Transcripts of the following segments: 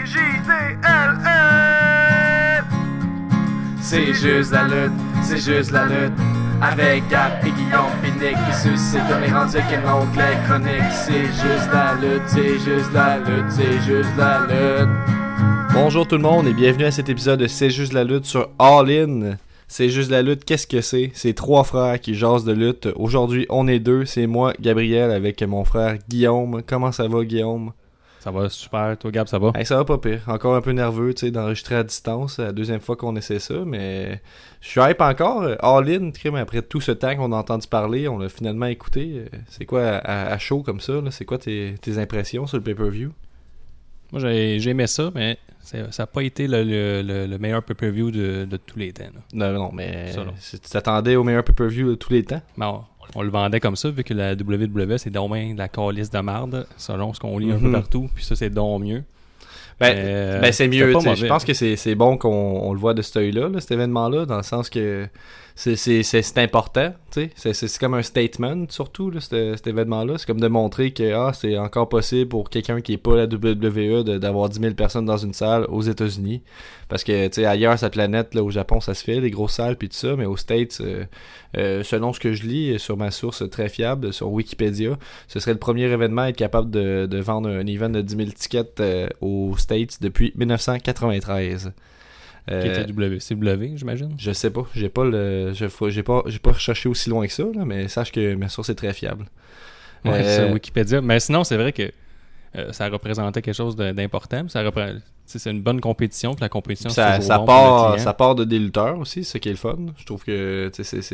C-J-D-L-L. C'est juste la lutte, c'est juste la lutte. Avec Gap et Guillaume Pinique qui suscite comme les rendus qu'un onglet chronique. C'est juste la lutte, c'est juste la lutte, c'est juste la lutte. Bonjour tout le monde et bienvenue à cet épisode de C'est juste la lutte sur All In. C'est juste la lutte, qu'est-ce que c'est? C'est trois frères qui jasent de lutte. Aujourd'hui, on est deux, c'est moi, Gabriel, avec mon frère Guillaume. Comment ça va, Guillaume? Ça va super, toi Gab, ça va? Hey, ça va pas pire. Encore un peu nerveux, tu sais, d'enregistrer à distance. C'est la deuxième fois qu'on essaie ça, mais je suis hype encore. All In, mais après tout ce temps qu'on a entendu parler, on l'a finalement écouté. C'est quoi à chaud comme ça? Là? C'est quoi tes impressions sur le pay-per-view? Moi, j'ai aimé ça, mais ça n'a pas été le meilleur pay-per-view de tous les temps. Là. Non, mais ça, tu t'attendais au meilleur pay-per-view de tous les temps? Ben, on le vendait comme ça, vu que la WWE, c'est dommage de la calice de marde, selon ce qu'on lit un peu partout, puis ça, c'est donc mieux. Ben c'est mieux, je pense que c'est bon qu'on le voit de cet œil-là, là, cet événement-là, dans le sens que c'est important, tu sais, c'est comme un statement, surtout, là, cet événement-là, c'est comme de montrer que c'est encore possible pour quelqu'un qui est pas la WWE d'avoir 10 000 personnes dans une salle aux États-Unis, parce que, tu sais, ailleurs, sa planète, là, au Japon, ça se fait, les grosses salles pis tout ça, mais aux States, selon ce que je lis sur ma source très fiable, sur Wikipédia, ce serait le premier événement à être capable de vendre un event de 10 000 tickets aux States depuis 1993. Qui était WCW, j'imagine? Je sais pas, j'ai pas recherché aussi loin que ça, là, mais sache que ma source est très fiable. Ouais, c'est Wikipédia. Mais sinon, c'est vrai que ça représentait quelque chose d'important. C'est une bonne compétition. Puis la compétition, ça part de des lutteurs aussi, c'est ce qui est le fun. Je trouve que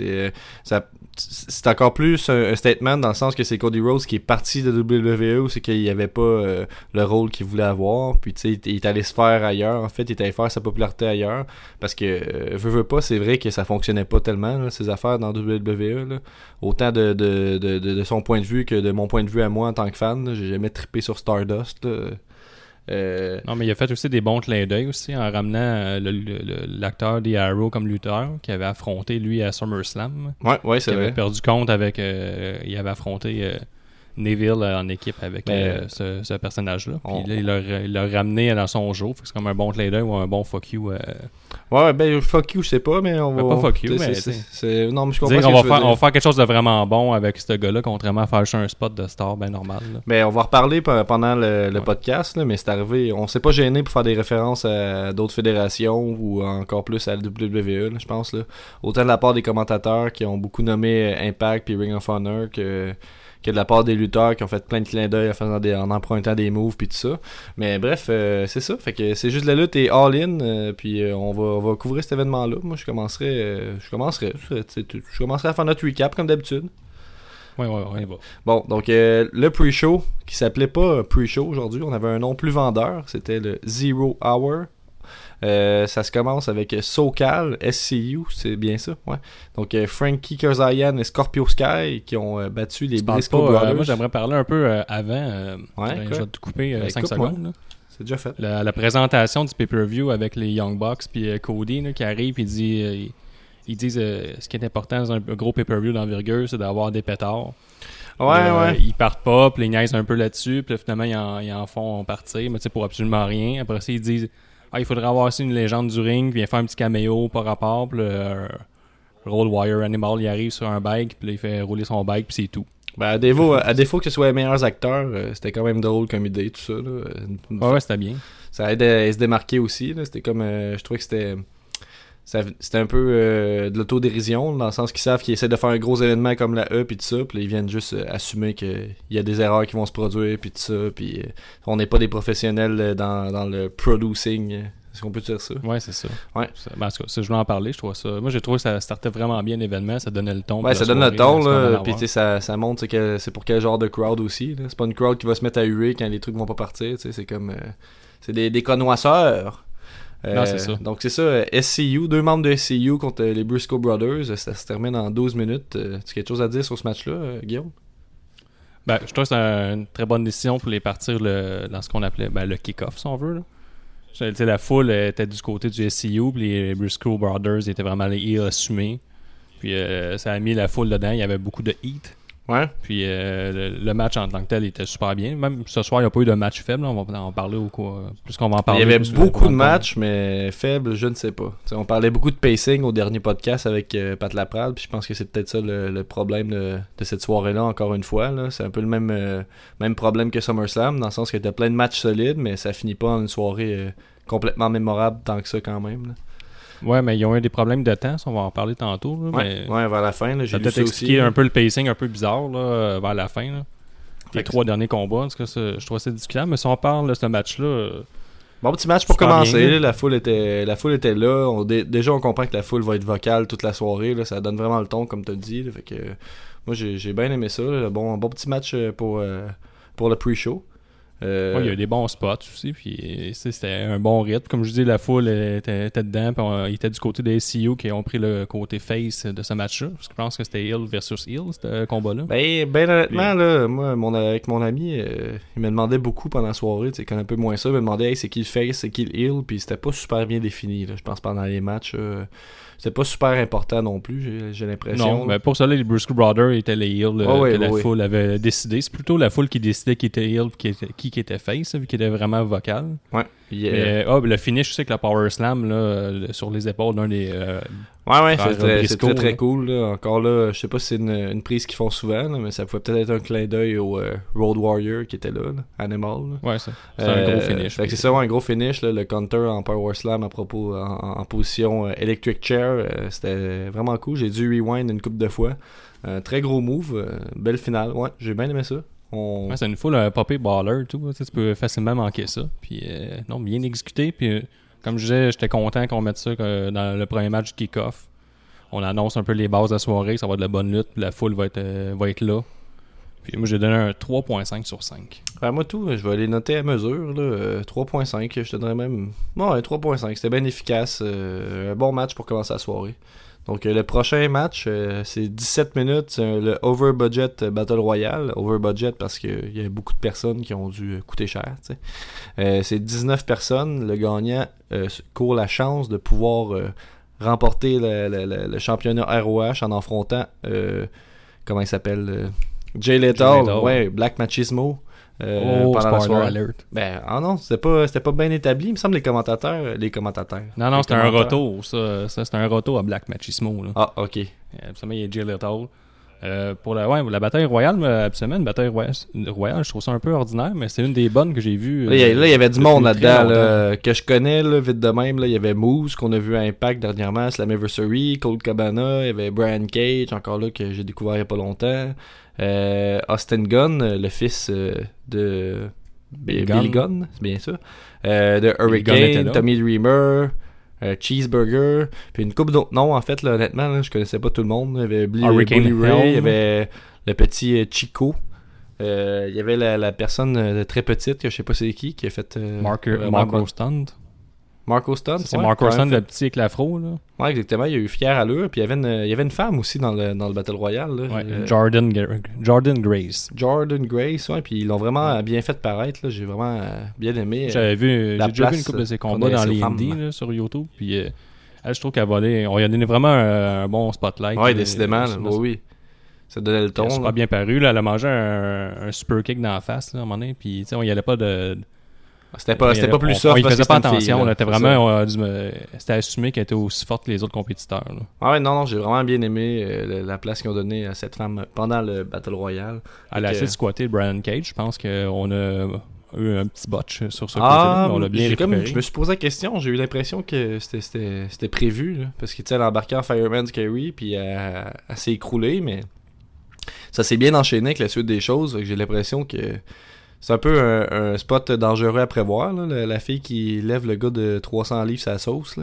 c'est encore plus un statement dans le sens que c'est Cody Rhodes qui est parti de WWE, c'est qu'il n'y avait pas le rôle qu'il voulait avoir. Puis tu sais, il est allé se faire ailleurs. En fait, il est allé faire sa popularité ailleurs. Parce que veut pas, c'est vrai que ça fonctionnait pas tellement, là, ces affaires dans WWE. Là. Autant de son point de vue que de mon point de vue à moi en tant que fan. Là. J'ai jamais trippé sur Stardust. Là. Non, mais il a fait aussi des bons clins d'œil aussi en ramenant l'acteur des Arrow comme lutteur qui avait affronté lui à SummerSlam. Ouais, c'est vrai. Il avait perdu compte avec il avait affronté Neville en équipe avec ce personnage-là. Puis là, il l'a ramené dans son jour. C'est comme un bon clin d'œil ou un bon fuck you. Ouais, ben fuck you, je sais pas, mais on va. Pas fuck you, mais non, mais je comprends. On va faire quelque chose de vraiment bon avec ce gars-là, contrairement à faire juste un spot de star, ben normal. Là. Mais on va reparler pendant le podcast, là, mais c'est arrivé. On s'est pas gêné pour faire des références à d'autres fédérations ou encore plus à la WWE, là, je pense. Là. Autant de la part des commentateurs qui ont beaucoup nommé Impact puis Ring of Honor que de la part des lutteurs qui ont fait plein de clins d'œil en empruntant des moves puis tout ça. Mais bref, c'est ça. Fait que c'est juste la lutte et all in. Puis on va couvrir cet événement-là. Moi, je commencerai à faire notre recap comme d'habitude. Ouais. Bon, donc le pre-show qui s'appelait pas pre-show aujourd'hui, on avait un nom plus vendeur. C'était le Zero Hour. Ça se commence avec SoCal, SCU, c'est bien ça, ouais. Donc Frankie Kazarian et Scorpio Sky qui ont battu les Briscoe Brothers. Moi j'aimerais parler un peu avant. Je vais te couper 5 secondes. Là. C'est déjà fait. La présentation du pay-per-view avec les Young Bucks puis Cody là, qui arrive et dit ils disent ce qui est important dans un gros pay-per-view d'envergure, c'est d'avoir des pétards. Ouais. Ils partent pas, puis ils niaisent un peu là-dessus, puis finalement ils en font partir, mais tu sais pour absolument rien. Après ça ils disent il faudrait avoir aussi une légende du ring, puis il faire un petit caméo par rapport, puis Road Wire Animal, il arrive sur un bike, puis il fait rouler son bike, puis c'est tout. Ben, à défaut que ce soit les meilleurs acteurs, c'était quand même drôle comme idée, tout ça. Là. Ouais, c'était bien. Ça aide à se démarquer aussi, là. C'était comme, je trouvais que c'était un peu de l'autodérision, dans le sens qu'ils savent qu'ils essaient de faire un gros événement comme la E, puis tout ça, puis ils viennent juste assumer qu'il y a des erreurs qui vont se produire, puis tout ça, puis on n'est pas des professionnels dans le producing, est-ce qu'on peut dire ça? Ouais, c'est ça. Ouais. En tout cas, je voulais en parler, je trouve ça. Moi, j'ai trouvé que ça startait vraiment bien l'événement, ça donnait le ton. Ouais, ça donne le ton, là, puis tu sais, ça montre c'est pour quel genre de crowd aussi, là. C'est pas une crowd qui va se mettre à huer quand les trucs vont pas partir, tu sais, c'est comme, c'est des connoisseurs. Non, c'est ça. Donc c'est ça, SCU, 2 membres de SCU contre les Briscoe Brothers, ça se termine en 12 minutes. Tu as quelque chose à dire sur ce match-là, Guillaume? Ben, je trouve que c'est une très bonne décision pour les partir dans ce qu'on appelait le kick-off, si on veut. Là. La foule était du côté du SCU, puis les Briscoe Brothers étaient vraiment les heels assumés. Puis ça a mis la foule dedans, il y avait beaucoup de heat. Ouais. Puis le match en tant que tel était super bien. Même ce soir, il n'y a pas eu de match faible. On va en parler puisqu'on va en parler. Il y avait beaucoup de matchs, mais faibles, je ne sais pas. T'sais, on parlait beaucoup de pacing au dernier podcast avec Pat Laprade, puis je pense que c'est peut-être ça le problème de cette soirée-là, encore une fois. Là. C'est un peu le même problème que SummerSlam, dans le sens que t'as plein de matchs solides, mais ça finit pas en une soirée complètement mémorable tant que ça quand même. Là. Ouais, mais ils ont eu des problèmes de temps, ça, on va en parler tantôt. Là, ouais, vers la fin, là, j'ai lu ça aussi. Un peu le pacing un peu bizarre là, vers la fin. Là. Les 3 derniers combats, en tout cas, je trouve ça discutable, mais si on parle de ce match-là... Bon petit match pour commencer, bien, la foule était là. Déjà, on comprend que la foule va être vocale toute la soirée. Là, ça donne vraiment le ton, comme tu as dit. Là, fait que, moi, j'ai bien aimé ça. Là, bon petit match pour le pre-show. Il y a eu des bons spots aussi, puis c'était un bon rythme. Comme je dis, la foule était dedans, puis il était du côté des SCU qui ont pris le côté face de ce match-là. Parce que je pense que c'était Hill versus Hill, ce combat-là. Ben honnêtement, là, moi, avec mon ami, il me demandait beaucoup pendant la soirée, tu sais, quand un peu moins ça, il me demandait c'est qui le face, c'est qui le Hill, puis c'était pas super bien défini, là, je pense, pendant les matchs. C'était pas super important non plus, j'ai l'impression. Non, mais pour ça, les Briscoe Brothers étaient les heels que la foule avait décidé. C'est plutôt la foule qui décidait qui était heel qui était face, vu qu'il était vraiment vocal. Ouais. Mais, le finish, je sais que la Power Slam là, sur les épaules d'un des... c'est très très cool. Là. Encore là, je sais pas si c'est une prise qu'ils font souvent, là, mais ça pouvait peut-être être un clin d'œil au Road Warrior qui était là, Animal. Là. Ouais, c'est un gros finish. Fait que c'est ça, un gros finish. Là, le counter en Power Slam à propos en position Electric Chair, c'était vraiment cool. J'ai dû rewind une couple de fois. Très gros move, belle finale. Ouais, j'ai bien aimé ça. Ouais, c'est une foule popé baller, tout. Tu peux facilement manquer ça. Puis, non, bien exécuté. Puis, comme je disais, j'étais content qu'on mette ça dans le premier match du kick-off. On annonce un peu les bases de la soirée, ça va être de la bonne lutte, puis la foule va être là. Puis moi, j'ai donné un 3.5 sur 5. Moi, tout, je vais les noter à mesure. Là, 3.5, je te donnerais même... Ouais, 3.5, c'était bien efficace. Un bon match pour commencer la soirée. Donc, le prochain match, c'est 17 minutes, le Over Budget Battle Royale. Over Budget parce qu'il y a beaucoup de personnes qui ont dû coûter cher. C'est 19 personnes. Le gagnant court la chance de pouvoir remporter le championnat ROH en affrontant, comment il s'appelle Jay Lethal, ouais, Black Machismo. Pendant la soirée. Alert. Non, c'était pas bien établi. Il me semble les commentateurs. Non, c'était un roto. Ça c'était un roto à Black Machismo. Là. Ah, ok. Absolument, il y a Jay Lethal. Pour la bataille royale, absolument, une bataille royale, je trouve ça un peu ordinaire, mais c'est une des bonnes que j'ai vues. Là, il y avait du monde là-dedans là, que je connais, là, vite de même. Là, il y avait Moose, qu'on a vu à Impact dernièrement, Slammiversary, Colt Cabana, il y avait Brian Cage, encore là, que j'ai découvert il y a pas longtemps. Austin Gunn, le fils de Billy Gunn, c'est bien ça. De Hurricane, Tommy Dreamer, Cheeseburger, puis une couple d'autres noms en fait là, honnêtement là, je connaissais pas tout le monde. Il y avait Bully Ray, il y avait le petit Chico, il y avait la personne très petite que je sais pas c'est qui a fait Marco Stunt. Marco Stunt, c'est Marco Stunt, le petit avec l'afro là. Ouais, exactement, il y a eu fière allure, puis il y avait une femme aussi dans le Battle Royale là. Ouais, Jordan Grace. Jordan Grace, ouais, puis ils l'ont vraiment bien fait paraître là, j'ai vraiment bien aimé. J'ai déjà vu une couple de ses combats dans les indies là, sur YouTube, puis elle, je trouve qu'elle volait, on lui a donné vraiment un bon spotlight. Ouais, décidément, oui. Ça donnait le ton. C'est pas bien paru là, elle a mangé un super kick dans la face là, à un moment donné, puis tu sais, on y allait pas de c'était pas plus soft. On y faisait pas attention. Là, c'était assumé qu'elle était aussi forte que les autres compétiteurs. Là. Ah ouais, non, j'ai vraiment bien aimé la place qu'ils ont donnée à cette femme pendant le Battle Royale. Elle a assez de squatter Brian Cage. Je pense qu'on a eu un petit botch sur ce côté-là. On l'a bien récupéré. Je me suis posé la question. J'ai eu l'impression que c'était prévu. Là, parce que elle a embarqué en Fireman's Carry puis elle s'est écroulée. Mais ça s'est bien enchaîné avec la suite des choses. J'ai l'impression que c'est un peu un spot dangereux à prévoir, là, la fille qui lève le gars de 300 livres sa sauce. Là.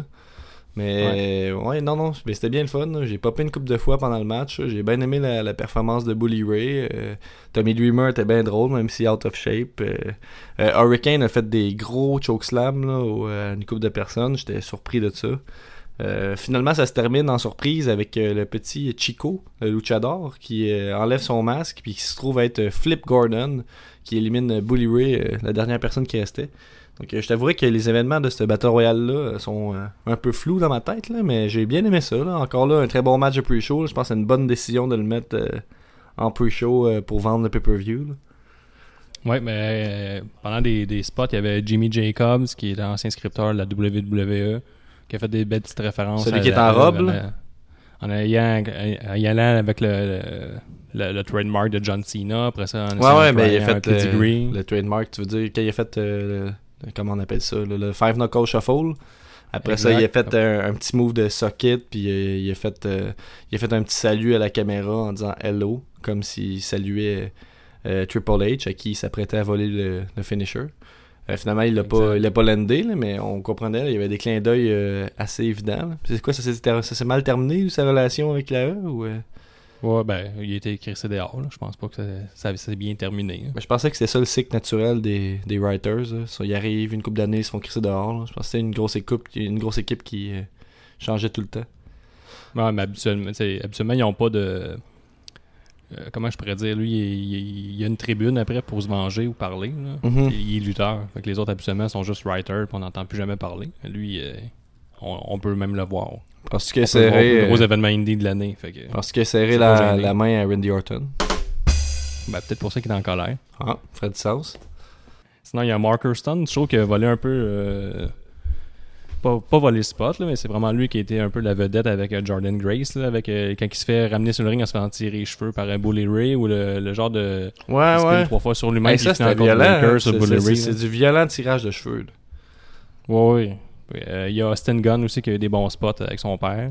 Mais ouais, non, mais c'était bien le fun. Là. J'ai popé une couple de fois pendant le match. Là. J'ai bien aimé la performance de Bully Ray. Tommy Dreamer était bien drôle, même si out of shape. Hurricane a fait des gros chokeslams à une couple de personnes. J'étais surpris de ça. Finalement, ça se termine en surprise avec le petit Chico, le luchador, qui enlève son masque puis qui se trouve être Flip Gordon, qui élimine Bully Ray, la dernière personne qui restait. Donc je t'avouerai que les événements de ce Battle Royale-là sont un peu flous dans ma tête, là, mais j'ai bien aimé ça. Là. Encore là, un très bon match de pre-show. Je pense que c'est une bonne décision de le mettre en pre-show pour vendre le pay-per-view. Là. Ouais, mais pendant des spots, il y avait Jimmy Jacobs, qui est l'ancien scripteur de la WWE, qui a fait des belles petites références. Celui qui est en robe, en allant avec le trademark de John Cena. Après ça, mais il a fait le trademark, tu veux dire, quand il a fait, comment on appelle ça, le Five Knuckle Shuffle. Après ça, il a fait un petit move de socket, puis il a fait un petit salut à la caméra en disant « Hello », comme s'il saluait Triple H, à qui il s'apprêtait à voler le finisher. Finalement, il l'a pas landé, là, mais on comprenait, là, il y avait des clins d'œil assez évidents. Là. C'est quoi, ça s'est mal terminé, sa relation avec la E, ou... Ouais, ben, il a été crissé dehors. Là. Je pense pas que ça s'est bien terminé. Ben, je pensais que c'était ça le cycle naturel des writers. Ils arrivent une couple d'années, ils se font crisser dehors. Là. Je pensais que c'était une grosse équipe qui changeait tout le temps. Ouais, mais habituellement, ils n'ont pas de... comment je pourrais dire, lui, il y a une tribune après pour se venger ou parler. Là. Mm-hmm. Il est lutteur. Fait que les autres, habituellement, sont juste writers puis on n'entend plus jamais parler. Lui, on peut même le voir. Parce que serré le gros événement indie de l'année. Parce qu'il a serré la main à Randy Orton. Ben, peut-être pour ça qu'il est en colère. Ah, ferait du sens. Sinon, il y a Mark Hurston. Je trouve qu'il a volé un peu... pas volé le spot, là, mais c'est vraiment lui qui a été un peu la vedette avec Jordan Grace, là, avec, quand il se fait ramener sur le ring en se faisant tirer les cheveux par Bully Ray, ou le genre de... Ouais. 3 fois sur lui-même. Hey, ça, c'était violent. C'est du violent tirage de cheveux. Là. Ouais. Il y a Austin Gunn aussi qui a eu des bons spots avec son père.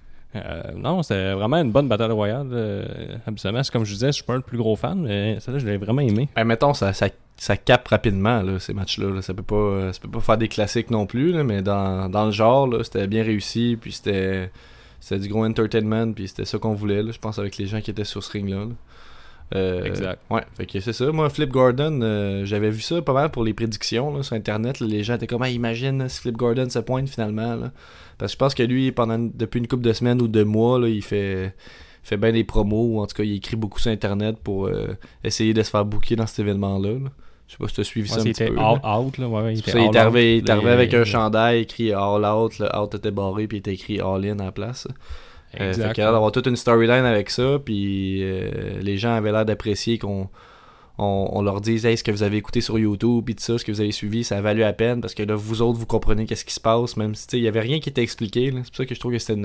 Non, c'était vraiment une bonne bataille royale. Habituellement, comme je disais, je suis pas le plus gros fan, mais celle-là, je l'ai vraiment aimé. Mettons, ça capte rapidement, là, ces matchs-là. Là. Ça peut pas faire des classiques non plus, là, mais dans le genre, là, c'était bien réussi, puis c'était du gros entertainment, puis c'était ça qu'on voulait, là, je pense, avec les gens qui étaient sur ce ring-là. Là. Exact. Ouais, fait que c'est ça. Moi, Flip Gordon, j'avais vu ça pas mal pour les prédictions là, sur Internet. Là, les gens étaient comme, imagine si Flip Gordon se pointe finalement. Là. Parce que je pense que lui, depuis une couple de semaines ou de mois, là, il fait bien des promos, ou en tout cas, il écrit beaucoup sur Internet pour essayer de se faire booker dans cet événement-là. Là. Je sais pas si tu as suivi ça un petit peu. Out, là. Ouais, il est arrivé avec un chandail écrit All Out. Le Out était barré, puis il était écrit All In à la place. Fait qu'il a l'air d'avoir toute une storyline avec ça, puis les gens avaient l'air d'apprécier qu'on leur dise hey, ce que vous avez écouté sur YouTube, puis tout ça, ce que vous avez suivi, ça a valu la peine, parce que là, vous autres, vous comprenez qu'est-ce qui se passe, même si il y avait rien qui était expliqué. Là. C'est pour ça que je trouve que c'était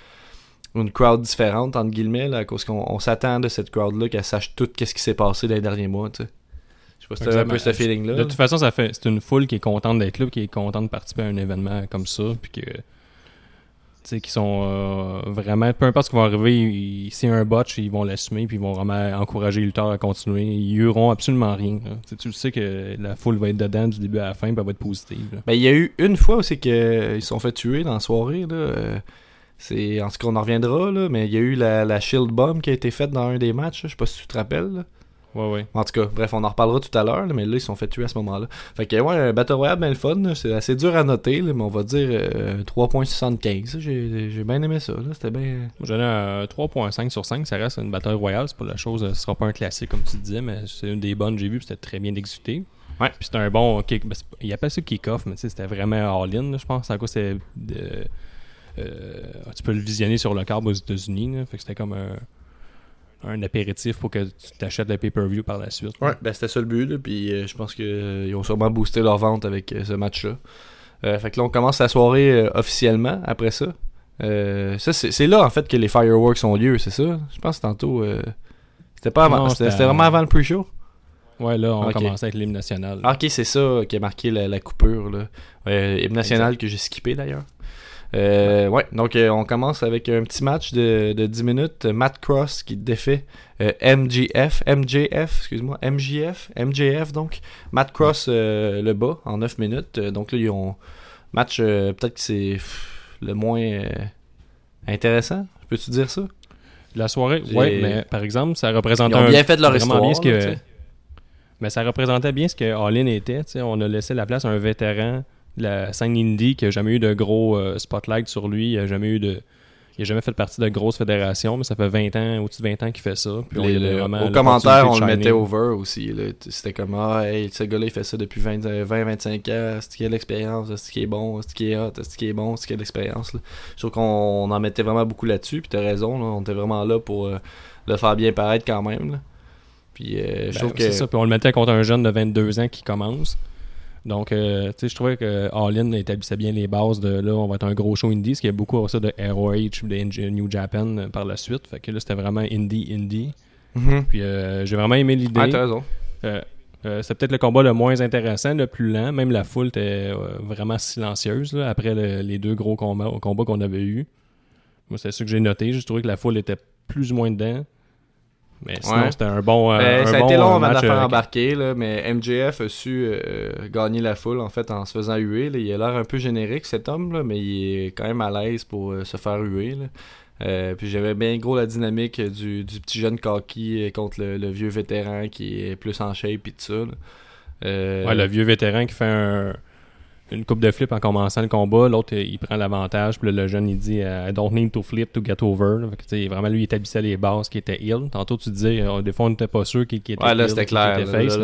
une crowd différente, entre guillemets, là, à cause qu'on s'attend de cette crowd-là qu'elle sache tout qu'est-ce qui s'est passé dans les derniers mois. T'sais. Je sais pas si t'as un peu ce feeling-là. De toute façon, c'est une foule qui est contente d'être là, qui est contente de participer à un événement comme ça, puis que... T'sais, qui sont vraiment, peu importe ce qui va arriver, s'il y a un botch, ils vont l'assumer, puis ils vont vraiment encourager les lutteurs à continuer. Ils n'auront absolument rien. Tu le sais que la foule va être dedans du début à la fin, puis elle va être positive. Là. Ben, il y a eu une fois aussi qu'ils se sont fait tuer dans la soirée. Là. En tout cas, on en reviendra, là, mais il y a eu la Shield Bomb qui a été faite dans un des matchs. Je sais pas si tu te rappelles. Là. Ouais. En tout cas, bref, on en reparlera tout à l'heure, là, mais là, ils se sont fait tuer à ce moment-là. Fait que, ouais, un Battle Royale bien le fun, là, c'est assez dur à noter, là, mais on va dire 3.75. J'ai bien aimé ça, là, c'était bien... J'en ai un 3.5 sur 5, ça reste une Battle Royale, c'est pas la chose, ce sera pas un classique comme tu disais, mais c'est une des bonnes que j'ai vues, c'était très bien exécuté. Ouais. Puis c'était un bon kick, il appelle ça kick-off, mais tu sais, c'était vraiment all-in, je pense, à quoi c'est... tu peux le visionner sur le câble aux États-Unis, là, fait que c'était comme un apéritif pour que tu t'achètes le pay-per-view par la suite. Ouais, ben c'était ça le but, là, puis je pense qu'ils ont sûrement boosté leur vente avec ce match-là. Fait que là, on commence la soirée officiellement après ça. Ça c'est là, en fait, que les fireworks ont lieu, c'est ça? Je pense que tantôt... c'était pas avant, c'était vraiment avant le pre-show? Ouais, là, on commençait avec l'hymne national. Ah, ok, c'est ça qui a marqué la coupure, là. Hymne national que j'ai skippé, d'ailleurs. Ouais, donc on commence avec un petit match de 10 minutes. Matt Cross qui défait MJF, donc. Matt Cross le bat en 9 minutes. Donc là, ils ont match, peut-être que c'est le moins intéressant. Peux-tu dire ça? La soirée, ouais, mais par exemple, ça représentait ils ont bien fait de leur histoire. Mais ça représentait bien ce que All-In était. T'sais. On a laissé la place à un vétéran de la scène indie qui n'a jamais eu de gros spotlight sur lui. Il n'a jamais eu il a jamais fait partie de grosses fédérations, mais ça fait 20 ans, au-dessus de 20 ans qu'il fait ça. Puis au commentaire, on le mettait over aussi. Là. C'était comme, hey, ce gars-là, il fait ça depuis 20-25 ans. C'est qu'il a de l'expérience, c'est qu'il est bon, c'est qu'il est hot, c'est qu'il est bon, c'est qu'il a de l'expérience. Là. Je trouve qu'on en mettait vraiment beaucoup là-dessus. Puis t'as raison, là, on était vraiment là pour le faire bien paraître quand même. Là. Puis je trouve que... C'est ça, puis on le mettait contre un jeune de 22 ans qui commence. Donc, tu sais, je trouvais que All-In établissait bien les bases de là, on va être un gros show indie, parce qu'il y a beaucoup ça de ROH, de New Japan par la suite. Fait que là, c'était vraiment indie. Mm-hmm. Puis j'ai vraiment aimé l'idée. Ah, t'as raison. C'est peut-être le combat le moins intéressant, le plus lent. Même la foule était vraiment silencieuse là, après les deux gros combats qu'on avait eus. Moi, c'est ça que j'ai noté. J'ai trouvé que la foule était plus ou moins dedans. Mais sinon, c'était un bon ça a été long avant de la faire match, embarquer, là, mais MJF a su gagner la foule en fait en se faisant huer. Là. Il a l'air un peu générique cet homme, là, mais il est quand même à l'aise pour se faire huer. Là. Puis j'avais bien gros la dynamique du petit jeune cocky contre le vieux vétéran qui est plus en shape et tout ça. Ouais, le vieux vétéran qui fait une coupe de flip en commençant le combat, l'autre il prend l'avantage, puis le jeune il dit I don't need to flip to get over. Là. Fait que, vraiment lui il établissait les bases qui étaient heal. Tantôt tu disais des fois on n'était pas sûr qui était ouais, là, c'était clair. Qui était face.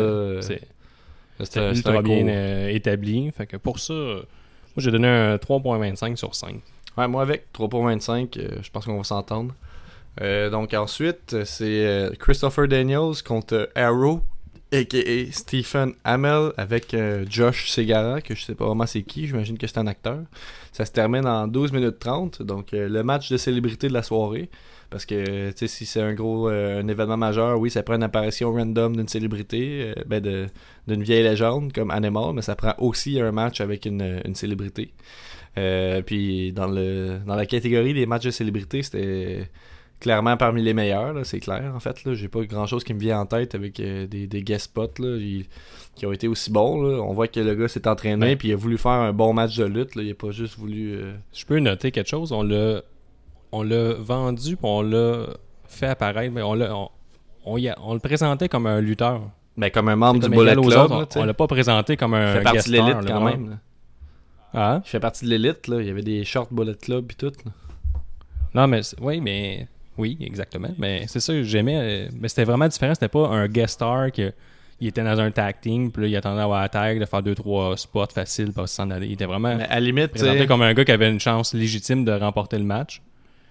C'était ultra bien établi. Fait que pour ça, moi j'ai donné un 3.25 sur 5. Ouais, moi avec 3.25, je pense qu'on va s'entendre. Donc ensuite, c'est Christopher Daniels contre Arrow, a.k.a. Stephen Amell avec Josh Segara, que je sais pas vraiment c'est qui, j'imagine que c'est un acteur. Ça se termine en 12 minutes 30, donc le match de célébrité de la soirée. Parce que, tu sais, si c'est un événement majeur, oui, ça prend une apparition random d'une célébrité, d'une vieille légende comme Animal, mais ça prend aussi un match avec une célébrité. Puis dans la catégorie des matchs de célébrité, c'était clairement parmi les meilleurs, là, c'est clair en fait. Là, j'ai pas grand chose qui me vient en tête avec des guest spots là, qui ont été aussi bons. Là. On voit que le gars s'est entraîné puis il a voulu faire un bon match de lutte. Là. Il a pas juste voulu. Je peux noter quelque chose. On l'a vendu puis on l'a fait apparaître, mais on le présentait comme un lutteur. Ben, comme un membre du Bullet Club. On l'a pas présenté comme un. Il fait partie de l'élite quand même. Là. Ah? Il fait partie de l'élite. Là. Il y avait des shorts Bullet Club puis tout. Là. Non, mais oui, exactement. Mais c'est ça que j'aimais. Mais c'était vraiment différent. C'était pas un guest star qui était dans un tag team, puis là, il attendait à avoir la tag, de faire 2-3 spots faciles pour s'en aller. Il était vraiment mais à limite, présenté comme un gars qui avait une chance légitime de remporter le match.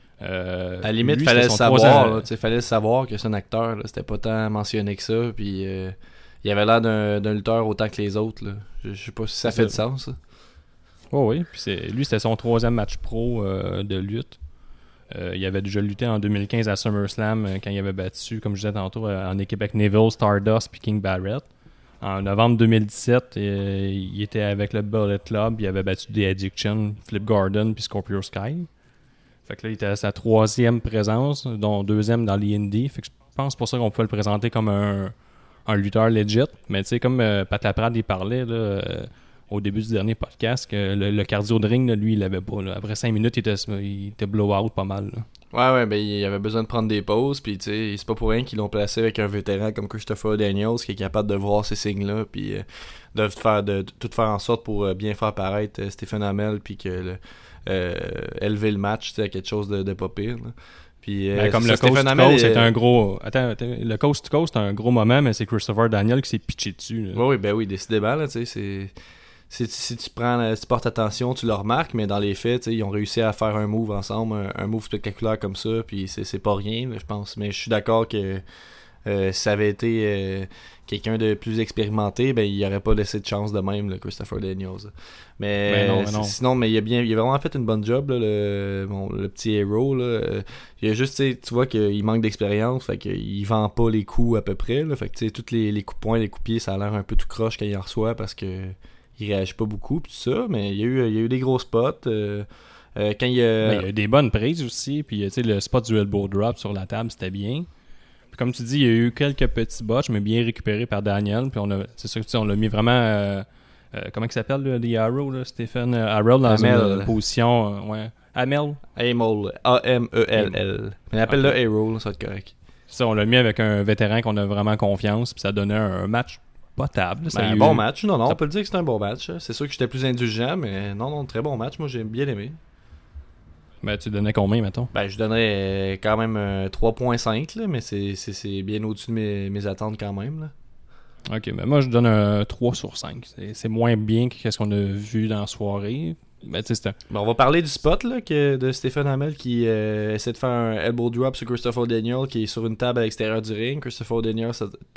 À la limite, il fallait le savoir. Il fallait savoir que c'est un acteur. Là. C'était pas tant mentionné que ça. Puis il avait l'air d'un lutteur autant que les autres. Là. Je sais pas si ça fait du sens. Ça. Oh oui, puis lui, c'était son 3e match pro de lutte. Il avait déjà lutté en 2015 à SummerSlam quand il avait battu, comme je disais tantôt, en équipe avec Neville, Stardust puis King Barrett. En novembre 2017, il était avec le Bullet Club. Il avait battu The Addiction, Flip Gordon puis Scorpio Sky. Fait que là, il était à sa 3e présence, dont 2e dans les Indies. Fait que je pense pour ça qu'on peut le présenter comme un lutteur legit. Mais tu sais, comme Pat Laprade il parlait là, au début du dernier podcast, que le cardio de ring, là, lui, il l'avait pas. Là. Après 5 minutes, il était blow-out pas mal. Là. Ouais, ben il avait besoin de prendre des pauses, puis tu sais, c'est pas pour rien qu'ils l'ont placé avec un vétéran comme Christopher Daniels, qui est capable de voir ces signes-là, puis de tout faire en sorte pour bien faire paraître Stephen Amell, puis que élever le match à quelque chose de pas pire. Là. Puis, comme le Coast to Coast, c'est un gros. Attends, le Coast to Coast, c'est un gros moment, mais c'est Christopher Daniels qui s'est pitché dessus. Là. Oui, décidément, là, tu sais, si tu portes attention, tu le remarques, mais dans les faits, ils ont réussi à faire un move ensemble, un move spectaculaire comme ça, puis c'est pas rien, là, je pense. Mais je suis d'accord que si ça avait été quelqu'un de plus expérimenté, ben il aurait pas laissé de chance de même, là, Christopher Daniels. Mais non. Sinon, mais il a vraiment fait une bonne job, là, le petit héros. Là. Il a juste, tu vois qu'il manque d'expérience, fait qu'il vend pas les coups à peu près. Là, fait que tous les coups de poing, les coups de pied, ça a l'air un peu tout croche quand il en reçoit parce que il réagit pas beaucoup pis tout ça, mais il y a eu des gros spots. Quand il y a eu des bonnes prises aussi, puis le spot du elbow drop sur la table, c'était bien. Puis comme tu dis, il y a eu quelques petits botches, mais bien récupérés par Daniel. Puis on l'a mis vraiment. Comment il s'appelle, The Arrow, là, Stephen Arrow, dans une position. Amell. Amell. A-M-E-L-L. Mais appelle-le Arrow, là, ça va être correct. Ça, on l'a mis avec un vétéran qu'on a vraiment confiance, puis ça donnait un match potable. Un bon match. Non, on peut le dire que c'est un bon match. C'est sûr que j'étais plus indulgent, mais non, très bon match. Moi, j'ai bien aimé. Ben, tu donnais combien, mettons? Ben, je donnerais quand même 3.5, là, mais c'est bien au-dessus de mes attentes quand même, là. Ok, ben moi je donne un 3 sur 5. C'est moins bien que ce qu'on a vu dans la soirée. Ben, tu sais, on va parler du spot là, de Stephen Amell qui essaie de faire un elbow drop sur Christopher Daniels qui est sur une table à l'extérieur du ring. Christopher Daniels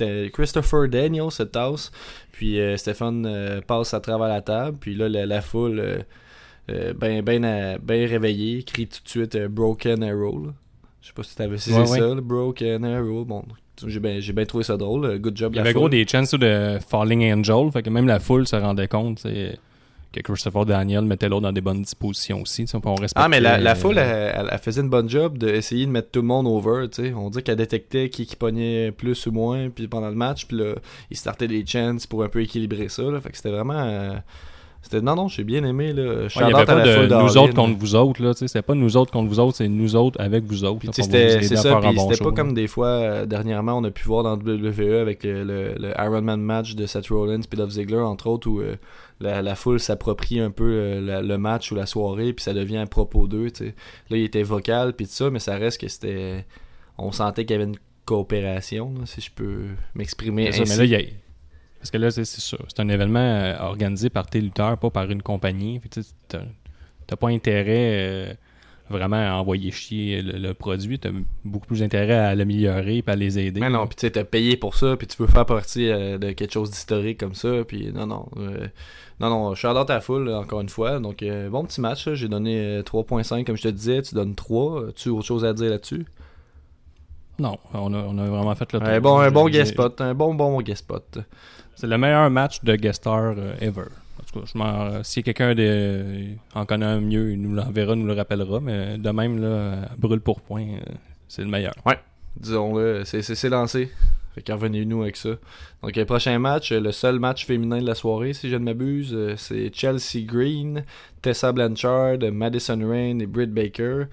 se tasse, puis Stephen passe à travers la table, puis là la foule ben réveillée crie tout de suite Broken Arrow. Je sais pas si t'avais saisi ça, le Broken Arrow. Bon, j'ai bien trouvé ça drôle. Good job. Il y avait gros des chances de Falling Angel, fait que même la foule se rendait compte que Christopher Daniels mettait l'autre dans des bonnes dispositions aussi. Mais la foule, elle faisait une bonne job d'essayer de mettre tout le monde over. T'sais. On dit qu'elle détectait qui pognait plus ou moins puis pendant le match. Puis là, il startait des chances pour un peu équilibrer ça. Là. Fait que c'était vraiment... Non, j'ai bien aimé. Là. Il n'y avait pas de nous autres contre vous autres. Là, c'était pas nous autres contre vous autres, c'est nous autres avec vous autres. Puis c'est ça, puis c'était pas comme des fois, dernièrement, on a pu voir dans WWE avec le Iron Man match de Seth Rollins puis Dolph Ziggler, entre autres, où la foule s'approprie un peu le match ou la soirée, puis ça devient à propos d'eux. T'sais. Là, il était vocal, puis tout ça, mais ça reste que c'était... On sentait qu'il y avait une coopération, là, si je peux m'exprimer ainsi. Ça, mais là, parce que là, c'est sûr, c'est un événement organisé par tes lutteurs, pas par une compagnie. T'as pas intérêt vraiment à envoyer chier le produit. T'as beaucoup plus intérêt à l'améliorer et à les aider. Mais non, puis tu sais, t'as payé pour ça, puis tu veux faire partie de quelque chose d'historique comme ça, puis non, je suis à ta foule, encore une fois. Donc, bon petit match, là. J'ai donné 3.5, comme je te disais, tu donnes 3. As-tu autre chose à dire là-dessus? Non, on a vraiment fait le tour. Un bon guest spot, un bon guest spot. C'est le meilleur match de guest star ever. En tout cas, si quelqu'un en connaît un mieux, il nous l'enverra, nous le rappellera. Mais de même, là, brûle pour point, c'est le meilleur. Ouais, disons-le, c'est lancé. Fait que revenez-nous avec ça. Donc, le prochain match, le seul match féminin de la soirée, si je ne m'abuse, c'est Chelsea Green, Tessa Blanchard, Madison Rayne et Britt Baker.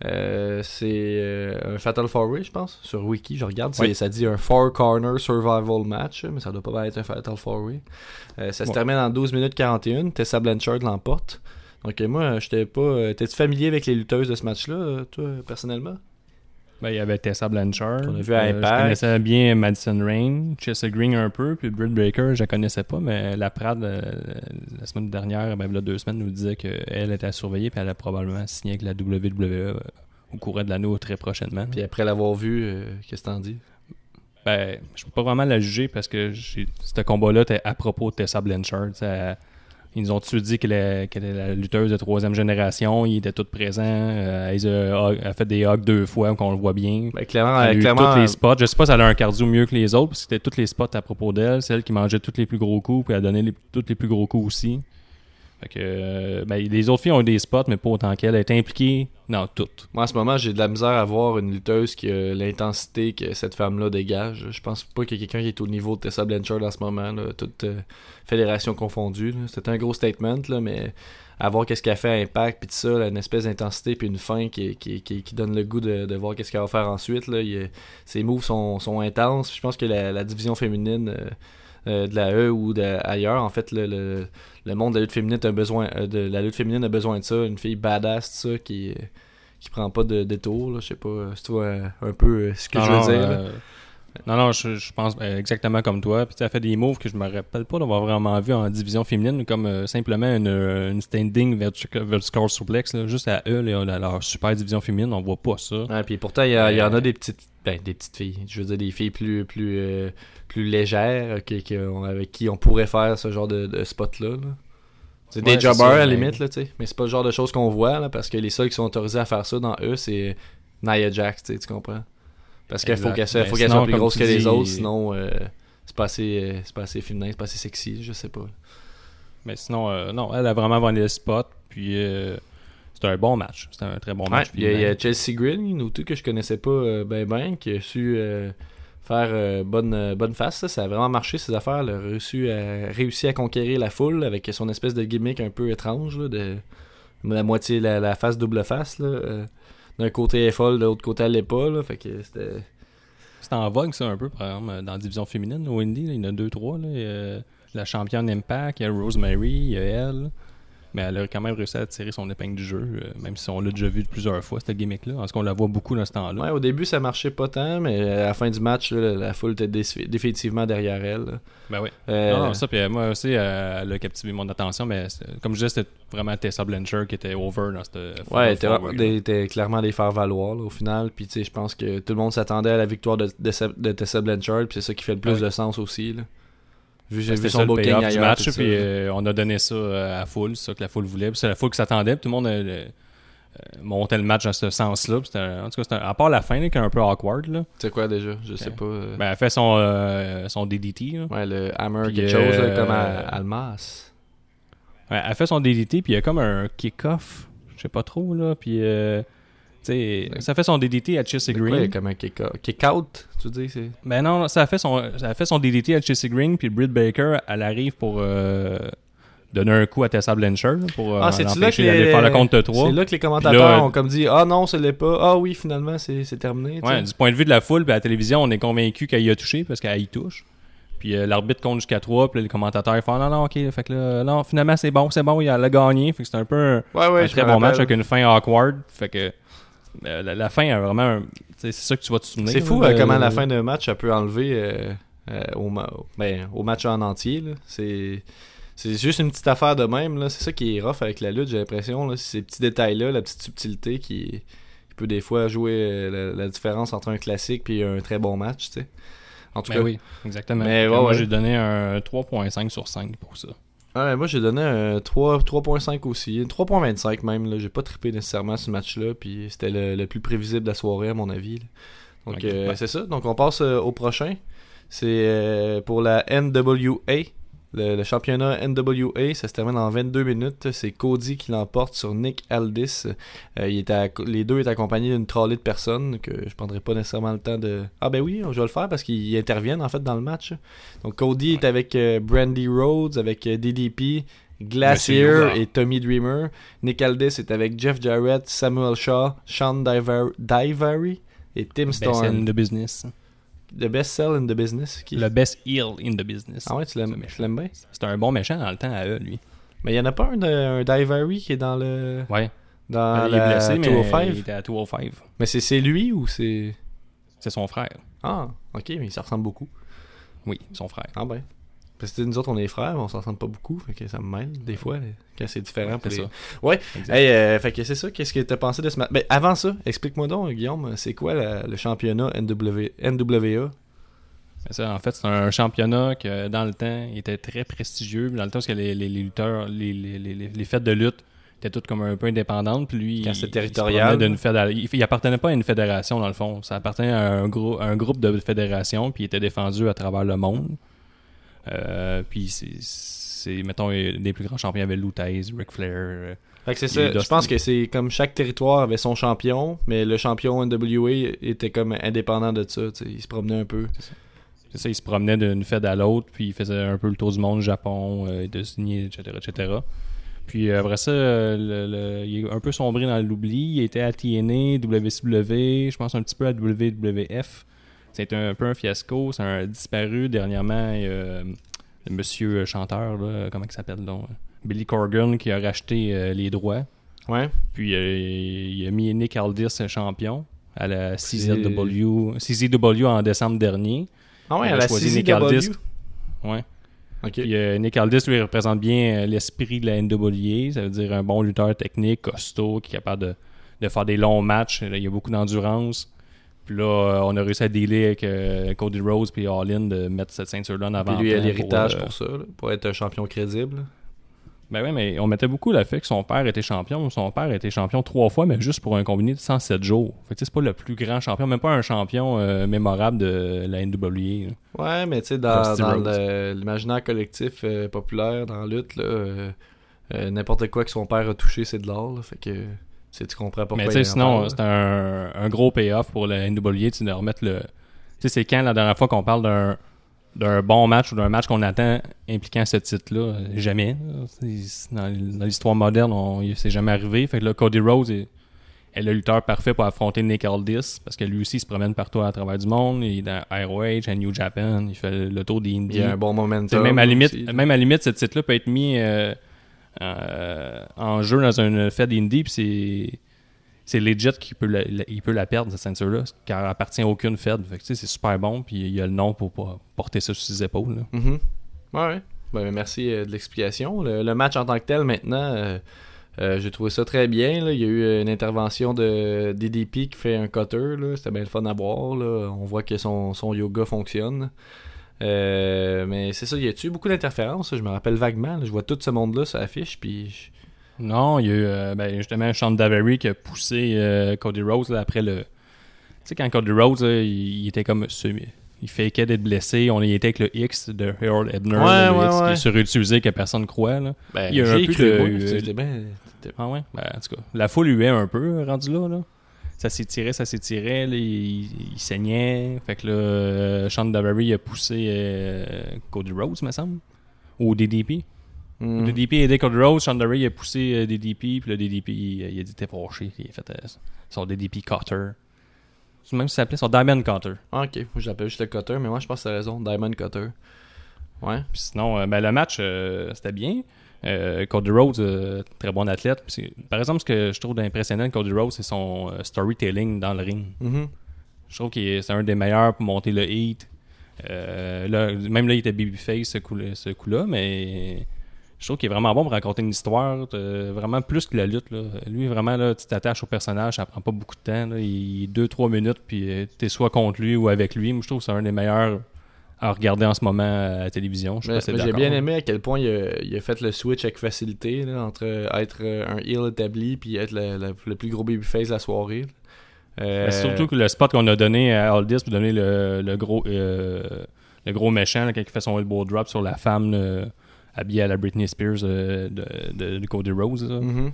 C'est un Fatal 4-Way, je pense, sur Wiki, je regarde, ça dit un 4-corner survival match, mais ça doit pas être un Fatal 4-Way. Ça se termine en 12 minutes 41, Tessa Blanchard l'emporte. Donc moi, j'étais pas... T'es-tu familier avec les lutteuses de ce match-là, toi, personnellement? Ben, il y avait Tessa Blanchard. On a vu à Impact. Je connaissais bien Madison Rayne, Chelsea Green un peu, puis Britt Baker, je la connaissais pas, mais la Prad, la semaine dernière, même là 2 semaines, nous disait qu'elle était à surveiller, puis elle a probablement signé avec la WWE au courant de l'année très prochainement. Puis après l'avoir vu, qu'est-ce que t'en dis? Ben, je peux pas vraiment la juger parce que ce combat-là était à propos de Tessa Blanchard. Ils nous ont tous dit qu'elle est la lutteuse de 3e génération. Il était tout présent. Elle a fait des hugs 2 fois, qu'on le voit bien. Ben, clairement, elle a eu tous les spots. Je sais pas si elle a un cardio mieux que les autres, parce que c'était tous les spots à propos d'elle. C'est elle qui mangeait tous les plus gros coups, puis elle a donné tous les plus gros coups aussi. Fait que, les autres filles ont eu des spots, mais pas autant qu'elle. Elle est impliquée dans tout. Moi, en ce moment, j'ai de la misère à voir une lutteuse qui a l'intensité que cette femme-là dégage. Je pense pas qu'il y ait quelqu'un qui est au niveau de Tessa Blanchard en ce moment, là, toute fédération confondue. C'était un gros statement, là, mais à voir qu'est-ce qu'elle fait à Impact, puis tout ça, là, une espèce d'intensité, puis une fin qui donne le goût de voir qu'est-ce qu'elle va faire ensuite. Là. Ses moves sont intenses. Je pense que la division féminine... de la E ou ailleurs, en fait le monde de la lutte féminine a besoin a besoin de ça, une fille badass, ça, qui prend pas de détour, là. Je sais pas si tu vois un peu ce que je veux dire. Non, je pense exactement comme toi. Puis ça fait des moves que je me rappelle pas d'avoir vraiment vu en division féminine, comme simplement une standing vertical suplex, là, juste à eux, leur super division féminine, on voit pas ça. Ouais, puis pourtant il y en a des petites filles, je veux dire des filles plus légères avec qui on pourrait faire ce genre de spot là. C'est des jobbers à la limite, là, tu sais, mais c'est pas le genre de choses qu'on voit là, parce que les seuls qui sont autorisés à faire ça dans eux, c'est Nia Jax, tu comprends? Parce qu'il faut qu'elle soit plus grosse que les autres, sinon c'est pas assez féminin, c'est pas assez sexy, je sais pas. Mais sinon, non, elle a vraiment vendu le spot, puis c'était un bon match. C'était un très bon match. Il y a Chelsea Green, ou tout que je connaissais pas ben, qui a su faire bonne face. Ça a vraiment marché, ces affaires. Elle a réussi à conquérir la foule avec son espèce de gimmick un peu étrange, là, de la moitié, la face double face, là. D'un côté elle est folle, de l'autre côté elle l'est pas, là, fait que c'était en vogue ça un peu, par exemple, dans la division féminine au Indie, il y en a 2-3, là, la championne Impact, il y a Rosemary, il y a elle, Mais elle a quand même réussi à tirer son épingle du jeu, même si on l'a déjà vu plusieurs fois, cette gimmick-là. Parce qu'on la voit beaucoup dans ce temps-là. Ouais, au début, ça marchait pas tant, mais à la fin du match, là, la foule était définitivement derrière elle. Là. Ben oui. Non, ça, puis moi aussi, elle a captivé mon attention, mais comme je disais, c'était vraiment Tessa Blanchard qui était over dans cette ouais, elle était clairement des faire-valoir au final. Puis, tu sais, je pense que tout le monde s'attendait à la victoire de Tessa Blanchard, puis c'est ça qui fait le plus de sens aussi, là. Vu son booking ailleurs, du match, puis on a donné ça à la foule, c'est ça que la foule voulait. Puis c'est la foule qui s'attendait, puis tout le monde montait le match dans ce sens-là. Puis en tout cas, à part la fin, là, qui est un peu awkward. Là. C'est quoi déjà? Je sais pas. Ben, elle fait son DDT. Là. Ouais, le hammer, quelque chose là, comme à Almas. Ouais, elle fait son DDT, puis il y a comme un kick-off. Je sais pas trop, là. Puis, ça fait son DDT à Chelsea Green. Ouais, comme un kick-out, tu dis. Ben non, ça a fait son DDT à Chelsea Green, puis Britt Baker, elle arrive pour donner un coup à Tessa Blanchard pour l'empêcher d'aller faire le compte 3. C'est là que les commentateurs ont comme dit « Ah non, ce l'est pas. Ah oui, finalement, c'est terminé. » Ouais, du point de vue de la foule, puis à la télévision, on est convaincu qu'elle y a touché parce qu'elle y touche. Puis l'arbitre compte jusqu'à 3, puis les commentateurs font non, ok, fait que là, non, finalement c'est bon, il a gagné. Fait que c'est un peu un très bon match avec une fin awkward. Fait que la fin a vraiment c'est ça que tu vas te souvenir. C'est fou comment la fin d'un match, ça peut enlever au match en entier. Là. C'est juste une petite affaire de même. Là. C'est ça qui est rough avec la lutte, j'ai l'impression. Là. C'est ces petits détails-là, la petite subtilité qui peut des fois jouer la différence entre un classique et un très bon match, tu sais. En tout cas, oui, exactement. Mais, moi, j'ai donné un 3.5 sur 5 pour ça. Ouais, moi, j'ai donné un 3.5 aussi. 3.25 même. Là. J'ai pas trippé nécessairement ce match-là. Puis c'était le plus prévisible de la soirée, à mon avis. Là. Donc, c'est ça. Donc, on passe au prochain. C'est pour la NWA. Le championnat NWA, ça se termine en 22 minutes. C'est Cody qui l'emporte sur Nick Aldis. Les deux est accompagnés d'une trolley de personnes que je prendrai pas nécessairement le temps de... Ah ben oui, je vais le faire parce qu'ils interviennent en fait dans le match. Donc Cody est avec Brandy Rhodes, avec DDP, Glacier et Tommy Dreamer. Nick Aldis est avec Jeff Jarrett, Samuel Shaw, Sean Daivari et Tim Storm. Best in the business. The best sell in the business. Le best heel in the business. Ah ouais, tu l'aimes bien? C'était un bon méchant dans le temps à eux, lui. Mais il y en a pas un Daivari qui est dans le... Ouais. Dans il est blessé, 205? Mais il était à 205. Mais c'est lui ou c'est... C'est son frère. Ah, ok, mais ça ressemble beaucoup. Oui, son frère. Ah ben. Parce que nous autres, on est frères, mais on s'en ressemble pas beaucoup. Fait que ça me mêle, des fois, quand c'est différent. C'est ça. Ouais. Hey, fait que c'est ça. Qu'est-ce que t'as pensé de ce match? Ben, avant ça, explique-moi donc, Guillaume, c'est quoi le championnat NWA? Ça, en fait, c'est un championnat que, dans le temps, il était très prestigieux. Dans le temps, parce que les lutteurs, les fêtes de lutte étaient toutes comme un peu indépendantes. Puis lui, quand c'était territorial. Il appartenait pas à une fédération, dans le fond. Ça appartenait à un groupe de fédérations, puis il était défendu à travers le monde. Puis c'est mettons, les plus grands champions avaient Lou Thesz, Ric Flair. Fait que c'est ça. Je pense que c'est comme chaque territoire avait son champion, mais le champion NWA était comme indépendant de ça. Il se promenait un peu. C'est ça, il se promenait d'une fête à l'autre, puis il faisait un peu le tour du monde, Japon, États-Unis, etc. Puis après ça, il est un peu sombré dans l'oubli. Il était à TNA, WCW, je pense un petit peu à WWF. C'était un peu un fiasco. C'est un disparu dernièrement. Le monsieur chanteur, là, comment il s'appelle donc? Billy Corgan qui a racheté les droits. Ouais. Puis il a mis Nick Aldis champion à la CZW en décembre dernier. Ah ouais, à la choisi Nick Aldis. Ouais. Okay. Puis Nick Aldis lui représente bien l'esprit de la NWA. Ça veut dire un bon lutteur technique, costaud, qui est capable de faire des longs matchs. Il y a beaucoup d'endurance. Puis là, on a réussi à dealer avec Cody Rhodes puis All-In de mettre cette ceinture-là en avant. Puis lui, il a l'héritage pour ça, là, pour être un champion crédible. Ben oui, mais on mettait beaucoup le fait que son père était champion. Son père était champion 3 fois, mais juste pour un combiné de 107 jours. Fait que c'est pas le plus grand champion, même pas un champion mémorable de la NWA. Là. Ouais, mais tu sais, dans l'imaginaire collectif populaire, dans la lutte, là, n'importe quoi que son père a touché, c'est de l'or. Là, fait que... Tu comprends pourquoi. Mais tu sais, sinon, c'est un gros payoff pour la NWA de remettre le. Tu sais, c'est quand la dernière fois qu'on parle d'un bon match ou d'un match qu'on attend impliquant ce titre-là? Jamais. Dans l'histoire moderne, c'est jamais arrivé. Fait que là, Cody Rhodes est le lutteur parfait pour affronter Nick Aldis parce que lui aussi il se promène partout à travers du monde. Il est dans ROH, à New Japan, il fait le tour des Indies. Il y a un bon momentum. Même à la limite, ce titre-là peut être mis. en jeu dans une Fed Indie, puis c'est legit qu'il peut il peut la perdre, cette ceinture-là, car elle appartient à aucune Fed. Fait que, c'est super bon, puis il y a le nom pour porter ça sur ses épaules. Là. Mm-hmm. Ouais. Ben, merci de l'explication. Le match en tant que tel, maintenant, j'ai trouvé ça très bien. Là. Il y a eu une intervention de DDP qui fait un cutter. Là. C'était bien le fun à voir. Là. On voit que son yoga fonctionne. Mais c'est ça, y a-tu eu beaucoup d'interférences? Je me rappelle vaguement. Là. Je vois tout ce monde-là sur l'affiche. Puis non, il y a eu justement Sean Davery qui a poussé Cody Rhodes là, après le... Tu sais, quand Cody Rhodes, il était comme... Il fakait d'être blessé. On y était avec le X de Harold Ebner. Qui est surutilisé que personne ne croit. Là. Ben, il y a un peu Ah ouais? Ben, en tout cas, la foule huait un peu rendu là. Ça s'étirait. Là, il saignait. Fait que là, Sean Davery a poussé Cody Rhodes, me semble. Ou DDP. DDP a aidé Cody Rhodes. Sean Davery a poussé DDP. Puis le DDP, il a dit t'es fâché. Il a fait son DDP cutter. Même si ça s'appelait son Diamond Cutter. Ah, ok. Moi, je l'appelle juste le cutter, mais moi, je pense que c'est raison. Diamond Cutter. Ouais. Puis sinon, le match, c'était bien. Cody Rhodes, très bon athlète. Par exemple, ce que je trouve impressionnant de Cody Rhodes, c'est son storytelling dans le ring. Mm-hmm. Je trouve que c'est un des meilleurs pour monter le heat. Même là, il était babyface ce coup-là, mais je trouve qu'il est vraiment bon pour raconter une histoire, vraiment plus que la lutte. Là. Lui, vraiment, là, tu t'attaches au personnage, ça prend pas beaucoup de temps. Là. Il 2-3 minutes, puis t'es soit contre lui ou avec lui. Moi, je trouve que c'est un des meilleurs à regarder en ce moment à la télévision. J'ai bien aimé à quel point il a fait le switch avec facilité là, entre être un heel établi puis être le plus gros babyface de la soirée. Surtout que le spot qu'on a donné à Aldis pour donner le gros méchant là, quand il fait son elbow drop sur la femme habillée à la Britney Spears de Cody Rhodes. Là. Mm-hmm.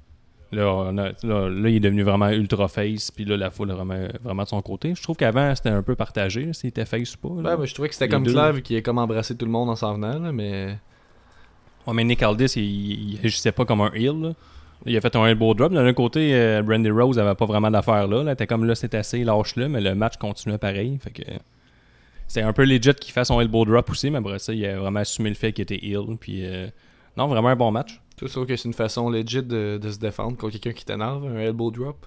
Là, il est devenu vraiment ultra face, puis là, la foule est vraiment de son côté. Je trouve qu'avant, c'était un peu partagé, s'il était face ou pas. Ouais, je trouvais que c'était comme clair, vu qu'il a comme embrassé tout le monde en s'en venant, là, mais... Ouais, mais Nick Aldis, il agissait pas comme un heel, là. Il a fait un elbow drop. D'un côté, Brandy Rose avait pas vraiment d'affaires là. Elle était comme là, c'est assez, lâche-le, mais le match continuait pareil. Fait que c'est un peu legit qu'il fait son elbow drop aussi, mais après ça, il a vraiment assumé le fait qu'il était heel. Puis non, vraiment un bon match. Tu trouves que c'est une façon legit de se défendre contre quelqu'un qui t'énerve, un elbow drop?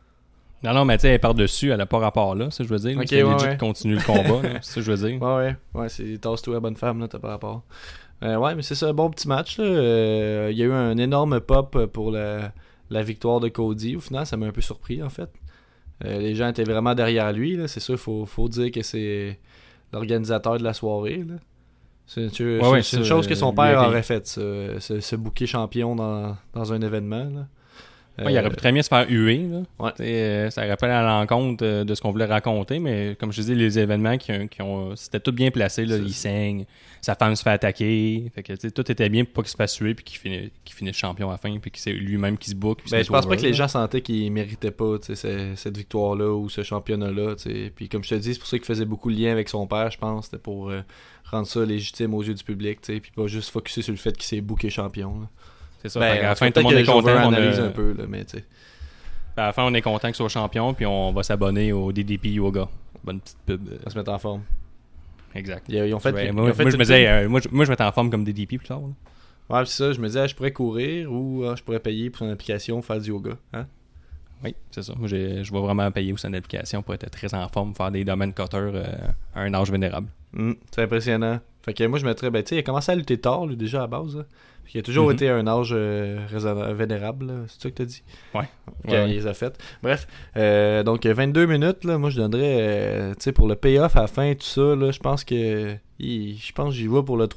Non, mais tu sais, elle est par-dessus, elle a pas rapport là, ça je veux dire. Okay, c'est legit qu'il continue le combat, c'est ça je veux dire. Ouais, c'est tasse-toi la bonne femme, là, t'as pas rapport. Ouais, mais c'est ça, un bon petit match, là. Il y a eu un énorme pop pour la victoire de Cody. Au final, ça m'a un peu surpris, en fait. Les gens étaient vraiment derrière lui, là. C'est sûr, faut dire que c'est l'organisateur de la soirée, là. C'est une chose que son père aurait faite, se booker champion dans un événement, là. Il aurait pu très bien se faire huer. Là. Ouais. Ça rappelle à l'encontre de ce qu'on voulait raconter, mais comme je disais, les événements qui ont c'était tout bien placé. Là, il saigne, sa femme se fait attaquer. Fait que, tout était bien pour pas qu'il se fasse huer puis qu'il finisse champion à la fin puis que c'est lui-même qui se book. Je pense pas que les gens sentaient qu'il méritait pas cette victoire-là ou ce championnat-là. Puis comme je te dis, c'est pour ça qu'il faisait beaucoup de lien avec son père, je pense. C'était pour rendre ça légitime aux yeux du public. Puis pas juste focusser sur le fait qu'il s'est booké champion. Là. C'est ça. À la fin, tout le monde est content. Un peu, là, mais à la fin, on est content qu'il soit champion, puis on va s'abonner au DDP Yoga. Bonne petite pub. On va se mettre en forme. Exact. Ils ont fait, moi, je me disais, moi, je mettais en forme comme DDP plus tard. Là. Ouais, c'est ça. Je me disais, je pourrais courir ou je pourrais payer pour son application faire du yoga. Hein? Oui, c'est ça. Moi, je vais vraiment payer pour son application pour être très en forme, faire des domaines cutters à un âge vénérable. C'est impressionnant. Fait que moi, je mettrais, tu sais, il a commencé à lutter tard, lui, déjà, à base. Là. Il a toujours été à un âge vénérable, là. C'est ça que t'as dit? Ouais. Il les a fait. Bref, donc 22 minutes, là, moi je donnerais, tu sais, pour le payoff à la fin, tout ça, là, je pense que j'y vais pour le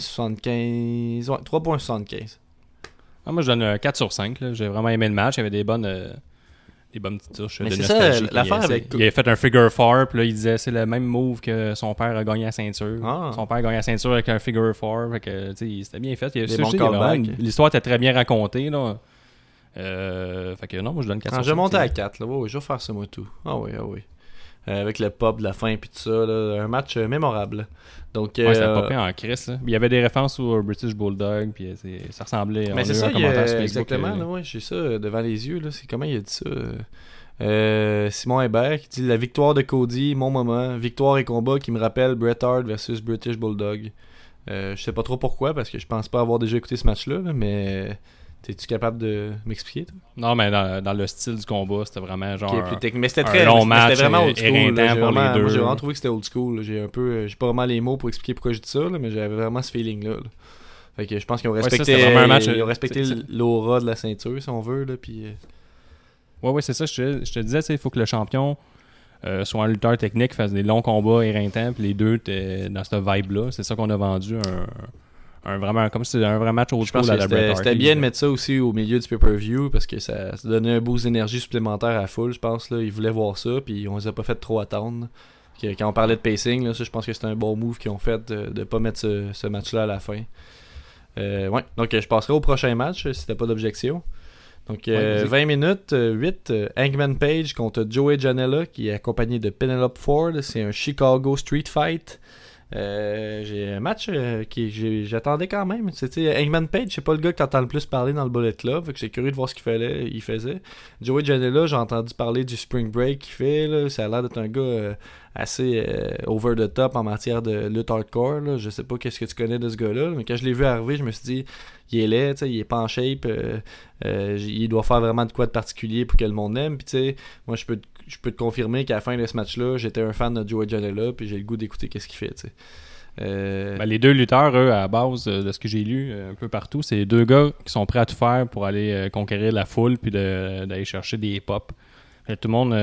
3.75. Ouais, 3.75. Moi je donne 4 sur 5. Là. J'ai vraiment aimé le match. Il y avait des bonnes petites touches de nostalgie. Ça, l'affaire avec... Il avait fait un figure 4, puis là, il disait c'est le même move que son père a gagné la ceinture. Son père a gagné la ceinture avec un figure 4, fait que, c'était bien fait. L'histoire était très bien racontée, là. Fait que non, moi je donne 4 sur 5. Je vais monter à 4, là. Je vais faire ça, moi, tout. Ah oui. Avec le pop de la fin, puis tout ça, là. Un match mémorable. Donc, ça a popé en crise, là. Il y avait des références au British Bulldog, puis ça ressemblait. Mais c'est ça, exactement, là, ouais, j'ai ça devant les yeux, là. C'est comment il a dit ça? Simon Hébert qui dit la victoire de Cody, mon moment, victoire et combat qui me rappelle Bret Hart versus British Bulldog. Je sais pas trop pourquoi, parce que je pense pas avoir déjà écouté ce match-là, là, mais T'es-tu capable de m'expliquer, toi? Non, mais dans le style du combat, c'était vraiment genre mais c'était très long match, c'était vraiment old school. éreintant pour les deux. Moi, j'ai vraiment trouvé que c'était old school. Là. J'ai pas vraiment les mots pour expliquer pourquoi je dis ça, là, mais j'avais vraiment ce feeling-là. Là. Fait que je pense qu'ils ont respecté, ils ont respecté l'aura de la ceinture, si on veut. Là, puis... Ouais, c'est ça. Je te disais, il faut que le champion soit un lutteur technique, fasse des longs combats éreintants, puis les deux étaient dans cette vibe-là. C'est ça qu'on a vendu comme si c'était un vrai match old school à la Bret Hart. C'était bien de mettre ça aussi au milieu du pay-per-view parce que ça donnait un boost d'énergie supplémentaire à la foule, je pense. Là. Ils voulaient voir ça, puis on les a pas fait trop attendre. Quand on parlait de pacing, là, ça, je pense que c'était un bon move qu'ils ont fait de pas mettre ce match-là à la fin. Ouais, donc je passerai au prochain match si t'as pas d'objection. Donc 20 minutes, 8, Hangman Page contre Joey Janela qui est accompagné de Penelope Ford. C'est un Chicago Street Fight. J'ai un match j'attendais quand même. C'était Hangman Page, c'est pas le gars que t'entends le plus parler dans le Bullet Club, fait que j'étais curieux de voir ce qu'il faisait. Joey Janela, j'ai entendu parler du Spring Break qu'il fait là. Ça a l'air d'être un gars assez over the top en matière de lutte hardcore là. Je sais pas qu'est-ce que tu connais de ce gars-là, mais quand je l'ai vu arriver, je me suis dit il est laid, il est pas en shape, il doit faire vraiment de quoi de particulier pour que le monde l'aime. Puis tu sais, moi je peux te confirmer qu'à la fin de ce match-là, j'étais un fan de Joey Janela, puis j'ai le goût d'écouter qu'est-ce qu'il fait, tu sais. Les deux lutteurs, eux, à la base de ce que j'ai lu un peu partout, c'est deux gars qui sont prêts à tout faire pour aller conquérir la foule puis d'aller chercher des pop. Tout le monde,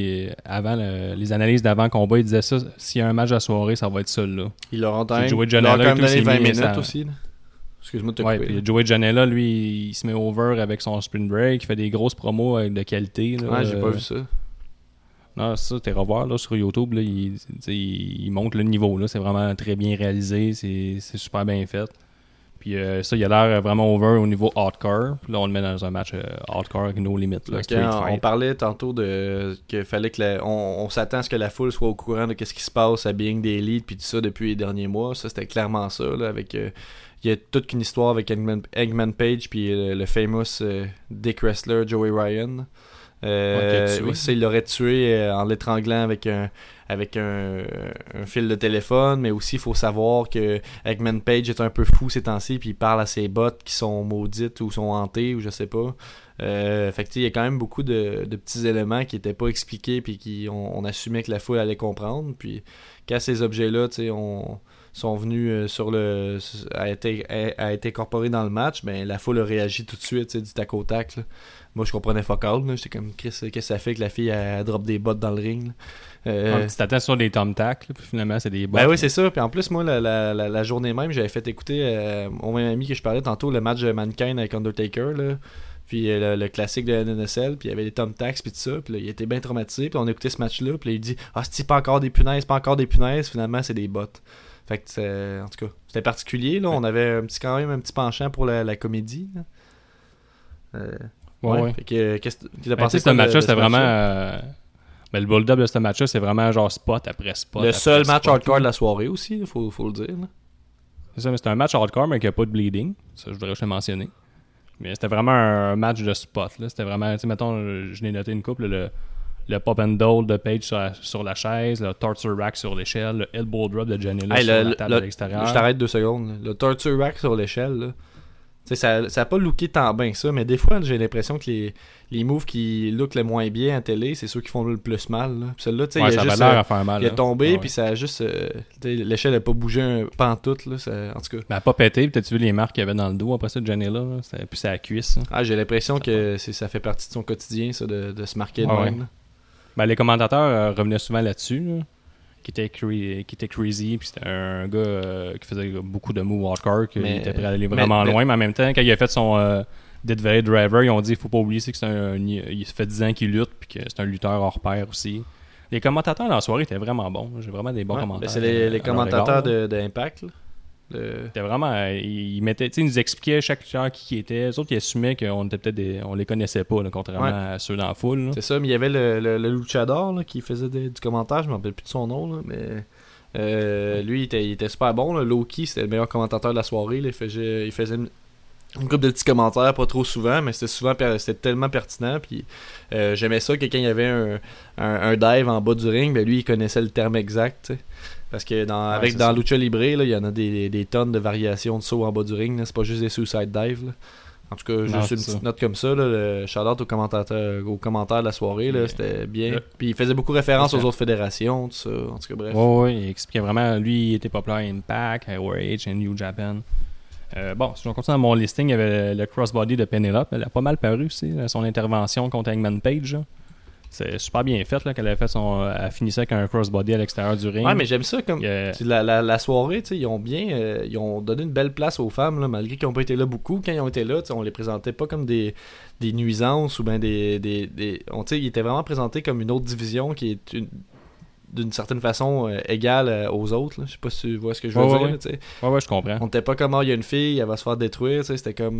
les analyses d'avant-combat, ils disaient ça, s'il y a un match à soirée, ça va être celui-là. Il leur ont quand même donné 20 minutes aussi. Là. Excuse-moi de te couper. Puis Joey Janela, lui, il se met over avec son sprint break, il fait des grosses promos de qualité. Là, ouais, j'ai pas vu ça. Non, ça, t'es revoir là, sur YouTube, là, il monte le niveau. Là, c'est vraiment très bien réalisé, c'est super bien fait. Puis ça, il a l'air vraiment over au niveau hardcore. Puis là, on le met dans un match hardcore avec no limit. Là, on parlait tantôt qu'il fallait que on s'attend à ce que la foule soit au courant de ce qui se passe à Being the Elite puis tout ça depuis les derniers mois. Ça, c'était clairement ça. Là, avec il y a toute une histoire avec Eggman Page puis le famous Dick Wrestler Joey Ryan. Il l'aurait tué en l'étranglant avec un fil de téléphone, mais aussi il faut savoir que Eggman Page est un peu fou ces temps-ci, puis il parle à ses bottes qui sont maudites ou sont hantées ou je sais pas. Fait que il y a quand même beaucoup de petits éléments qui étaient pas expliqués puis qui on assumait que la foule allait comprendre. Puis quand ces objets-là, sont venus a été incorporés dans le match, ben la foule a réagi tout de suite, du tac au tac. Là. Moi, je comprenais fuck all. J'étais comme, Chris, qu'est-ce que ça fait que la fille elle drop des bottes dans le ring? Tu t'attends sur des thumbtacks, puis finalement, c'est des bottes. Ben oui, c'est ça. Puis en plus, moi, la journée même, j'avais fait écouter au même ami que je parlais tantôt, le match de Mankind avec Undertaker, là. Puis le classique de NNSL, puis il y avait des thumbtacks, puis tout ça. Puis là, il était bien traumatisé. Puis on écoutait ce match-là, puis là, il dit « Ah, c'est pas encore des punaises, pas encore des punaises. » Finalement, c'est des bottes. Fait que, en tout cas, c'était particulier, là. On avait quand même un petit penchant pour la comédie, là. Ouais. Fait que, qu'est-ce que tu as pensé de ce match-là, c'était vraiment... le build-up de ce match-là, c'est vraiment genre spot après spot. Le seul match hardcore de la soirée aussi, il faut le dire. Là. C'est ça, mais c'était un match hardcore, mais qui n'a pas de bleeding. Ça, je voudrais juste le mentionner. Mais c'était vraiment un match de spot. Là. C'était vraiment... Tu sais, mettons, je l'ai noté une couple, le pop and dole de Page sur la chaise, le torture rack sur l'échelle, le elbow drop de Janela sur la table à l'extérieur. Je t'arrête 2 secondes. Là. Le torture rack sur l'échelle, là. Ça a pas looké tant bien que ça, mais des fois, j'ai l'impression que les moves qui lookent le moins bien en télé, c'est ceux qui font le plus mal. Là. Puis celle-là, il a juste à faire mal, il a tombé, puis ça a juste... l'échelle n'a pas bougé pantoute. Là, en tout cas. Mais elle n'a pas pété, peut-être tu vu les marques qu'il y avait dans le dos après ça de Janela, puis c'est à la cuisse. J'ai l'impression que ça fait partie de son quotidien, ça, de se marquer de même. Les commentateurs revenaient souvent là-dessus, là, qui était crazy, puis c'était un gars qui faisait beaucoup de moves hardcore, qui était prêt à aller vraiment loin, mais en même temps, quand il a fait son Death Valley Driver, ils ont dit il faut pas oublier que il fait 10 ans qu'il lutte, puis que c'est un lutteur hors pair aussi. Les commentateurs dans la soirée étaient vraiment bons, j'ai vraiment des bons commentaires. C'est les commentateurs d'Impact, là. C'était vraiment ils nous expliquaient chaque genre qui était. Les autres ils assumaient qu'on était peut-être on les connaissait pas là, contrairement à ceux dans la foule là. C'est ça, mais il y avait le luchador là, qui faisait du commentaire, je me rappelle plus de son nom là, mais lui il était super bon là. Loki c'était le meilleur commentateur de la soirée là. Il faisait une couple de petits commentaires, pas trop souvent, mais c'était tellement pertinent. Puis j'aimais ça que quand il y avait un dive en bas du ring, ben lui il connaissait le terme exact, t'sais. Parce que dans Lucha Libre, il y en a des tonnes de variations de sauts en bas du ring. Là. C'est pas juste des suicide dives. Là. En tout cas, juste une petite note comme ça, là, le shout-out aux commentaires de la soirée, là, c'était bien. Puis il faisait beaucoup référence aux autres fédérations, tout ça. En tout cas, bref. Oui, il expliquait vraiment, lui, il était populaire à Impact, à ORH, à New Japan. Bon, si on continue dans mon listing, il y avait le crossbody de Penelope. Elle a pas mal paru aussi, son intervention contre Hangman Page. Là. C'est super bien fait là, qu'elle a fait elle finissait avec un crossbody à l'extérieur du ring. Ouais, mais j'aime ça comme la soirée, tu sais, ils ont donné une belle place aux femmes là, malgré qu'ils n'ont pas été là beaucoup. Quand ils ont été là, on les présentait pas comme des nuisances ou bien ils étaient vraiment présentés comme une autre division qui est d'une certaine façon égale aux autres. Là. Je sais pas si tu vois ce que je veux dire. Là, ouais, je comprends. On n'était pas comme il y a une fille, elle va se faire détruire. C'était comme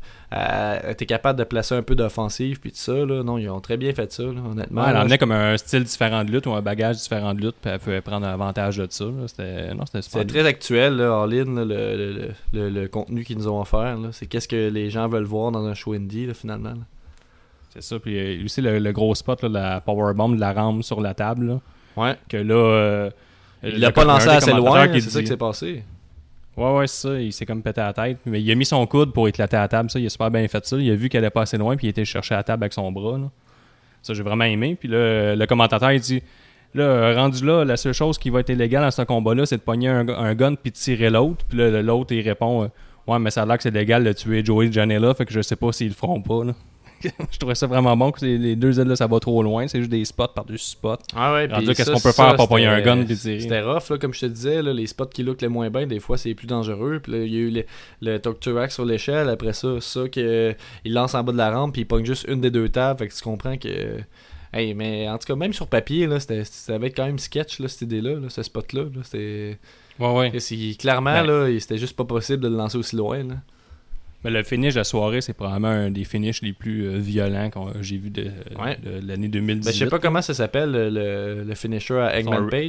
elle était capable de placer un peu d'offensive puis tout ça. Là. Non, ils ont très bien fait ça, là, honnêtement. Ouais, elle emmenait comme un style différent de lutte ou un bagage différent de lutte, puis elle pouvait prendre avantage de ça. Là. C'était super. Très actuel, là, All-In, là, le contenu qu'ils nous ont offert. Là. C'est qu'est-ce que les gens veulent voir dans un show indie, là, finalement. Là. C'est ça. Puis aussi le gros spot, là, la powerbomb de la rampe sur la table. Là. Ouais. Que là, il l'a pas lancé assez loin, c'est ça qui s'est passé. Ouais, c'est ça. Il s'est comme pété la tête. Mais il a mis son coude pour éclater la table. Ça, il a super bien fait ça. Il a vu qu'elle allait pas assez loin, puis il était chercher la table avec son bras. Là. Ça, j'ai vraiment aimé. Puis là, le commentateur, il dit là, rendu là, la seule chose qui va être illégale dans ce combat-là, c'est de pogner un gun puis de tirer l'autre. Puis là, l'autre, il répond ouais, mais ça a l'air que c'est légal de tuer Joey Janela, fait que je sais pas s'ils le feront pas. Là. Je trouvais ça vraiment bon que les deux ailes là ça va trop loin, c'est juste des spots par-dessus spots. Ah ouais, puis qu'est-ce qu'on peut faire pour pogner un gun puis tirer. C'était rough là, comme je te disais, là, les spots qui lookent les moins bien, des fois c'est plus dangereux. Puis là, il y a eu le Torture Axe sur l'échelle, après ça que il lance en bas de la rampe puis il pogne juste une des deux tables, fait que tu comprends que hey, mais en tout cas même sur papier là, ça avait quand même sketch là, cette idée-là, là, ce spot là, c'était ouais. Clairement là, c'était juste pas possible de le lancer aussi loin là. Mais le finish de la soirée, c'est probablement un des finishes les plus violents que j'ai vu de l'année 2018. Ben, je sais pas comment ça s'appelle, le finisher à Hangman Page.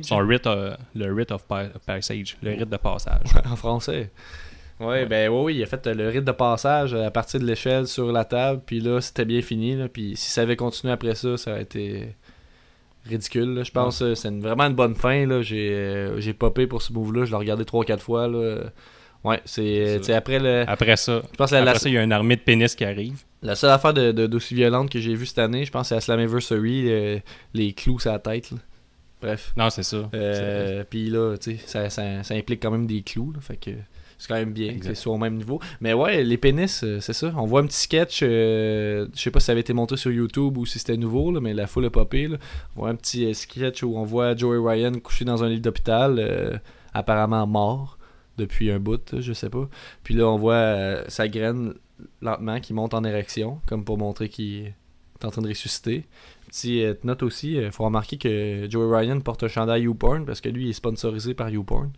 Le rite of passage, le rite de passage. En français. Oui, il a fait le rite de passage à partir de l'échelle sur la table, puis là, c'était bien fini. Là, puis si ça avait continué après ça, ça aurait été ridicule. Là. Je pense que c'est vraiment une bonne fin. Là. J'ai popé pour ce move-là, je l'ai regardé 3-4 fois. Là. Ouais, c'est après ça, je pense il y a une armée de pénis qui arrive. La seule affaire d'aussi violente que j'ai vue cette année, je pense, c'est à Slammiversary, les clous sur la tête. Là. Bref. Non, c'est ça. Puis là, tu sais, ça implique quand même des clous, là, fait que c'est quand même bien, exact. C'est sur au même niveau. Mais ouais, les pénis, c'est ça. On voit un petit sketch, je sais pas si ça avait été monté sur YouTube ou si c'était nouveau, là, mais la foule a popé. Là. On voit un petit sketch où on voit Joey Ryan couché dans un lit d'hôpital, apparemment mort. Depuis un bout, je sais pas. Puis là, on voit sa graine lentement qui monte en érection, comme pour montrer qu'il est en train de ressusciter. Petite note aussi, il faut remarquer que Joey Ryan porte un chandail YouPorn parce que lui, il est sponsorisé par YouPorn.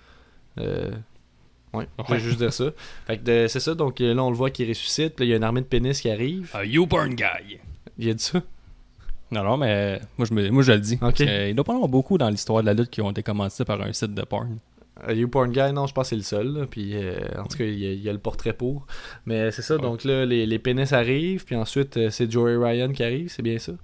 Ouais, je vais juste dire ça. Fait que c'est ça, donc là, on le voit qu'il ressuscite. Puis là, il y a une armée de pénis qui arrive. Un YouPorn guy. Il a dit ça? Non, mais moi, je le dis. Okay. Il doit pas y avoir beaucoup dans l'histoire de la lutte qui ont été commencés par un site de porn. YouPorn Guy, non, je pense que c'est le seul. Là. Puis, en tout cas, il y a le portrait pour. Mais c'est ça, donc là, les pénis arrivent. Puis ensuite, c'est Joey Ryan qui arrive, c'est bien ça?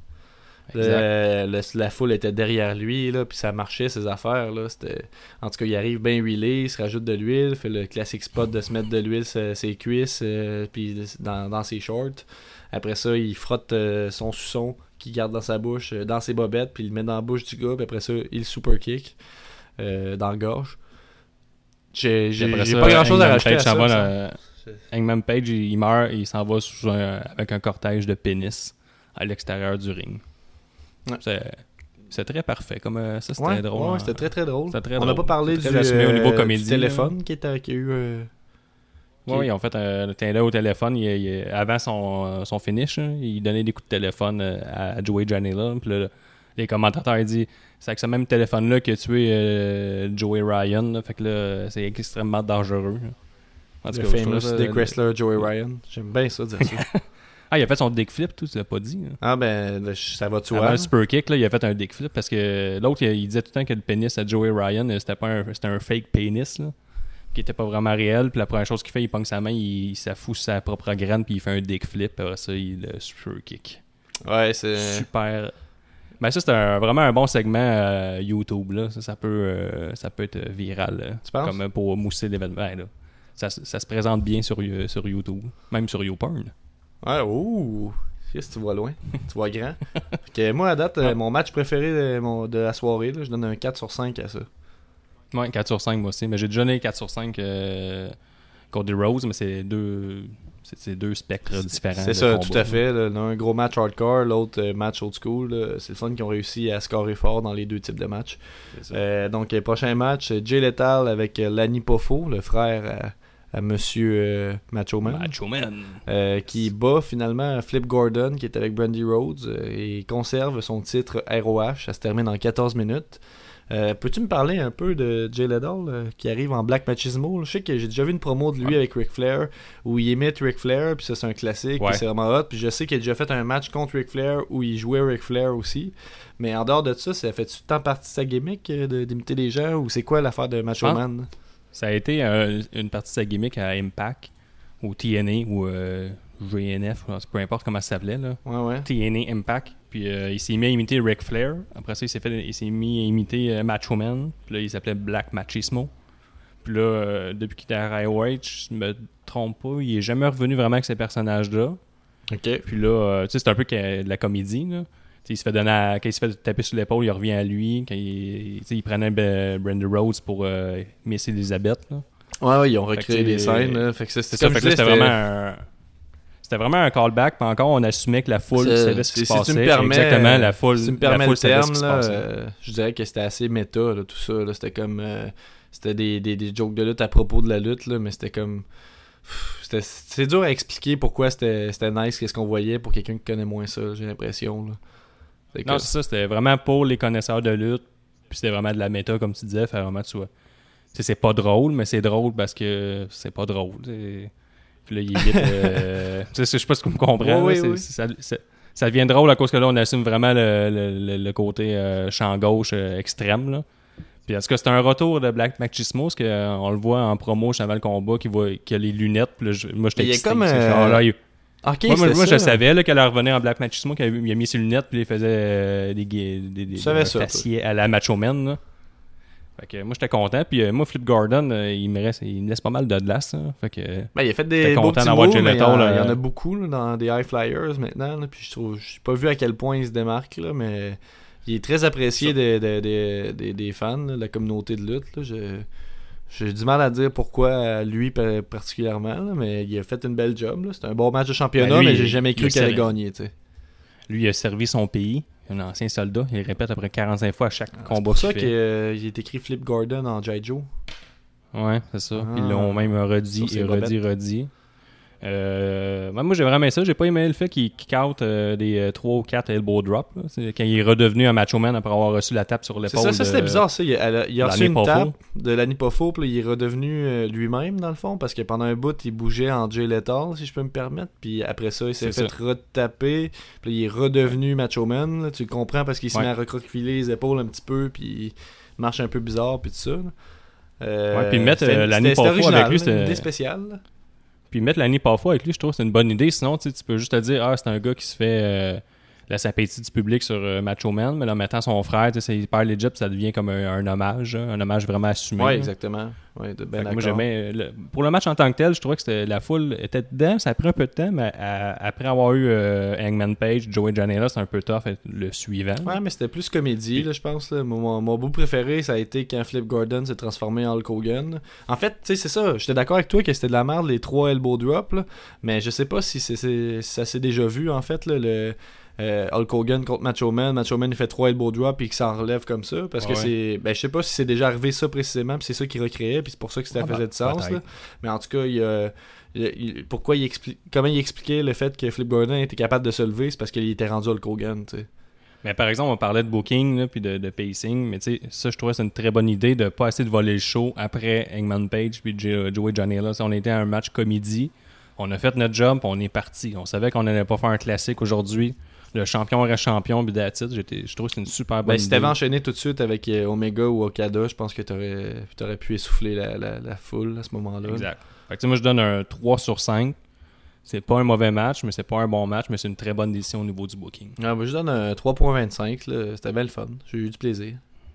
La foule était derrière lui, là, puis ça marchait, ses affaires. Là, en tout cas, il arrive bien huilé, il se rajoute de l'huile, fait le classique spot de se mettre de l'huile sur ses cuisses, puis dans ses shorts. Après ça, il frotte son suçon qu'il garde dans sa bouche, dans ses bobettes, puis il le met dans la bouche du gars, puis après ça, il super kick dans la gorge. J'ai pas grand chose à rajouter à ça. Hangman Page, il meurt et il s'en va avec un cortège de pénis à l'extérieur du ring. Ouais. C'est très parfait. Comme ça, c'était drôle. Ouais, c'était très très drôle. Très on n'a pas parlé du téléphone qui a eu. Oui, ils ont fait un là au téléphone. Avant son finish, il donnait des coups de téléphone à Joey Janela. Puis là, les commentateurs disent c'est avec ce même téléphone-là qu'il a tué Joey Ryan. Là, fait que là, c'est extrêmement dangereux. En tout cas, le famous Dick Wrestler Joey Ryan. J'aime bien ça, dire ça. Il a fait son dick flip, tout, tu l'as pas dit. Hein. Ah ben, ça va de soi. Avant un super kick, là, il a fait un dick flip parce que l'autre, il disait tout le temps que le pénis à Joey Ryan, c'était un fake pénis, là, qui était pas vraiment réel. Puis la première chose qu'il fait, il pogne sa main, il s'affoue sa propre graine, puis il fait un dick flip. Après ça, il le super kick. Ouais, c'est super. Ben ça, c'est vraiment un bon segment YouTube, là. Ça peut être viral. Tu penses? Comme pour mousser l'événement. Ben, là. ça se présente bien sur YouTube, même sur YouPorn. Ouais, ouh! Qu'est-ce que tu vois loin? Tu vois grand? Okay, moi, à date, mon match préféré de la soirée, là, je donne un 4 sur 5 à ça. Ouais, 4 sur 5 moi aussi. Mais j'ai déjà donné 4 sur 5 Cody Rhodes, mais c'est deux spectres différents. C'est ça, combat, tout à fait. Là. Un gros match hardcore, l'autre match old school. Là. C'est le fun qu'ils ont réussi à scorer fort dans les deux types de matchs. Donc, prochain match, Jay Lethal avec Lanny Poffo, le frère à Monsieur Macho Man. Qui bat finalement Flip Gordon, qui est avec Brandy Rhodes, et conserve son titre ROH. Ça se termine en 14 minutes. Peux-tu me parler un peu de Jay Lethal qui arrive en Black Machismo? Je sais que j'ai déjà vu une promo de lui avec Ric Flair où il imite Ric Flair, puis ça c'est un classique, puis c'est vraiment hot. Puis je sais qu'il a déjà fait un match contre Ric Flair où il jouait Ric Flair aussi. Mais en dehors de ça fait-tu tant partie de sa gimmick d'imiter les gens, ou c'est quoi l'affaire de Macho Man? Ça a été une partie de sa gimmick à Impact ou TNA ou GNF, peu importe comment ça s'appelait là. Ouais. TNA Impact. Puis il s'est mis à imiter Ric Flair. Après ça, il s'est mis à imiter Macho Man. Puis là, il s'appelait Black Machismo. Puis là, depuis qu'il était à ROH, je me trompe pas, il est jamais revenu vraiment avec ces personnages-là. OK. Puis là, tu sais, c'est un peu de la comédie, là. Quand il se fait taper sur l'épaule, il revient à lui. Quand il prenait Brandy Rhodes pour Miss Elizabeth, là. Ouais, ils ont recréé des scènes. Là. Fait que c'était vraiment un callback, mais encore on assumait que la foule savait ce qui se passait. Si tu me permets, exactement, la foule, si tu me permets le terme, là, là, je dirais que c'était assez méta, là, tout ça. Là. C'était comme c'était des jokes de lutte à propos de la lutte, là, mais c'était comme c'est dur à expliquer pourquoi c'était nice qu'est-ce qu'on voyait pour quelqu'un qui connaît moins ça, j'ai l'impression. Là. Non, c'est ça, c'était vraiment pour les connaisseurs de lutte, puis c'était vraiment de la méta, comme tu disais, faire vraiment tu vois. C'est pas drôle, mais c'est drôle parce que c'est pas drôle. Puis là, il évite. Je sais pas si tu me comprends. Oui. Ça devient drôle à cause que là, on assume vraiment le côté champ gauche extrême. Là. Puis est-ce que c'est un retour de Black Machismo? Parce qu'on le voit en promo avant le combat, qui a les lunettes. Puis là, moi, j'étais excité. Comme Okay, moi je savais là, qu'elle revenait en Black Machismo, qu'il a mis ses lunettes, puis il faisait des faciès à la Macho Man. Là. Fait que moi j'étais content, puis moi Flip Gordon il me laisse pas mal de glace. Fait que il a fait des beaux petits moves, mais il y en a beaucoup là, dans des High Flyers maintenant. Là, puis je n'ai pas vu à quel point il se démarque, là, mais il est très apprécié des fans, là, de la communauté de lutte. Là. J'ai du mal à dire pourquoi lui particulièrement, là, mais il a fait une belle job. Là. C'est un bon match de championnat, mais j'ai jamais cru qu'il allait gagner. T'sais. Lui, il a servi son pays. Un ancien soldat. Il répète après 45 fois à chaque combat. C'est pour ça qu'il est écrit Flip Gordon en G.I. Joe. Ouais, c'est ça. Ils l'ont même redit. Moi, j'ai vraiment aimé ça. J'ai pas aimé le fait qu'il out des 3 ou 4 elbow drop. Là. C'est quand il est redevenu un macho man après avoir reçu la tape sur l'épaule. C'est ça, c'était bizarre. Ça. Il a reçu une tape de Lanny Poffo, puis il est redevenu lui-même, dans le fond, parce que pendant un bout, il bougeait en Jay Lethal, si je peux me permettre. Puis après ça, il s'est fait retaper, puis il est redevenu macho man. Là. Tu le comprends parce qu'il se met à recroqueviller les épaules un petit peu, puis il marche un peu bizarre, puis tout ça. Puis mettre Lanny Poffo avec lui, c'était une idée spéciale. Là. Puis mettre Lanny Poffo avec lui, je trouve que c'est une bonne idée. Sinon, tu peux juste te dire, c'est un gars qui se fait la sympathie du public sur Macho Man, mais là, en mettant son frère, c'est hyper legit, ça devient comme un hommage vraiment assumé. Oui, exactement. Ouais, moi, j'aimais. Pour le match en tant que tel, je trouvais que la foule était dedans. Ça a pris un peu de temps, mais après avoir eu Hangman Page, Joey Janela, c'est un peu tough le suivant. Ouais, mais c'était plus comédie, là, je pense. Là. Mon bout préféré, ça a été quand Flip Gordon s'est transformé en Hulk Hogan. En fait, tu sais, c'est ça. J'étais d'accord avec toi que c'était de la merde, les 3 elbow drops, là, mais je sais pas si ça s'est déjà vu, en fait, là, le Hulk Hogan contre Macho Man il fait 3 elbow drops et qu'il s'en relève comme ça parce que c'est je sais pas si c'est déjà arrivé ça précisément puis c'est ça qu'il recréait puis c'est pour ça que ça faisait du sens là. Mais en tout cas comment il expliquait le fait que Flip Gordon était capable de se lever, c'est parce qu'il était rendu Hulk Hogan, tu sais. Mais par exemple, on parlait de booking là, puis de pacing, mais tu sais, ça je trouvais que c'est une très bonne idée de pas essayer de voler le show après Hangman Page puis Joey Janela. On était à un match comédie, on a fait notre job, on est parti. On savait qu'on allait pas faire un classique aujourd'hui. Le champion reste champion, puis that's it. Je trouve que c'est une super bonne idée. Si t'avais enchaîné tout de suite avec Omega ou Okada, je pense que t'aurais pu essouffler la foule à ce moment-là. Exact. Fait que, moi, je donne un 3 sur 5. C'est pas un mauvais match, mais c'est pas un bon match, mais c'est une très bonne décision au niveau du booking. Moi, je donne un 3.25. Là. C'était belle fun. J'ai eu du plaisir.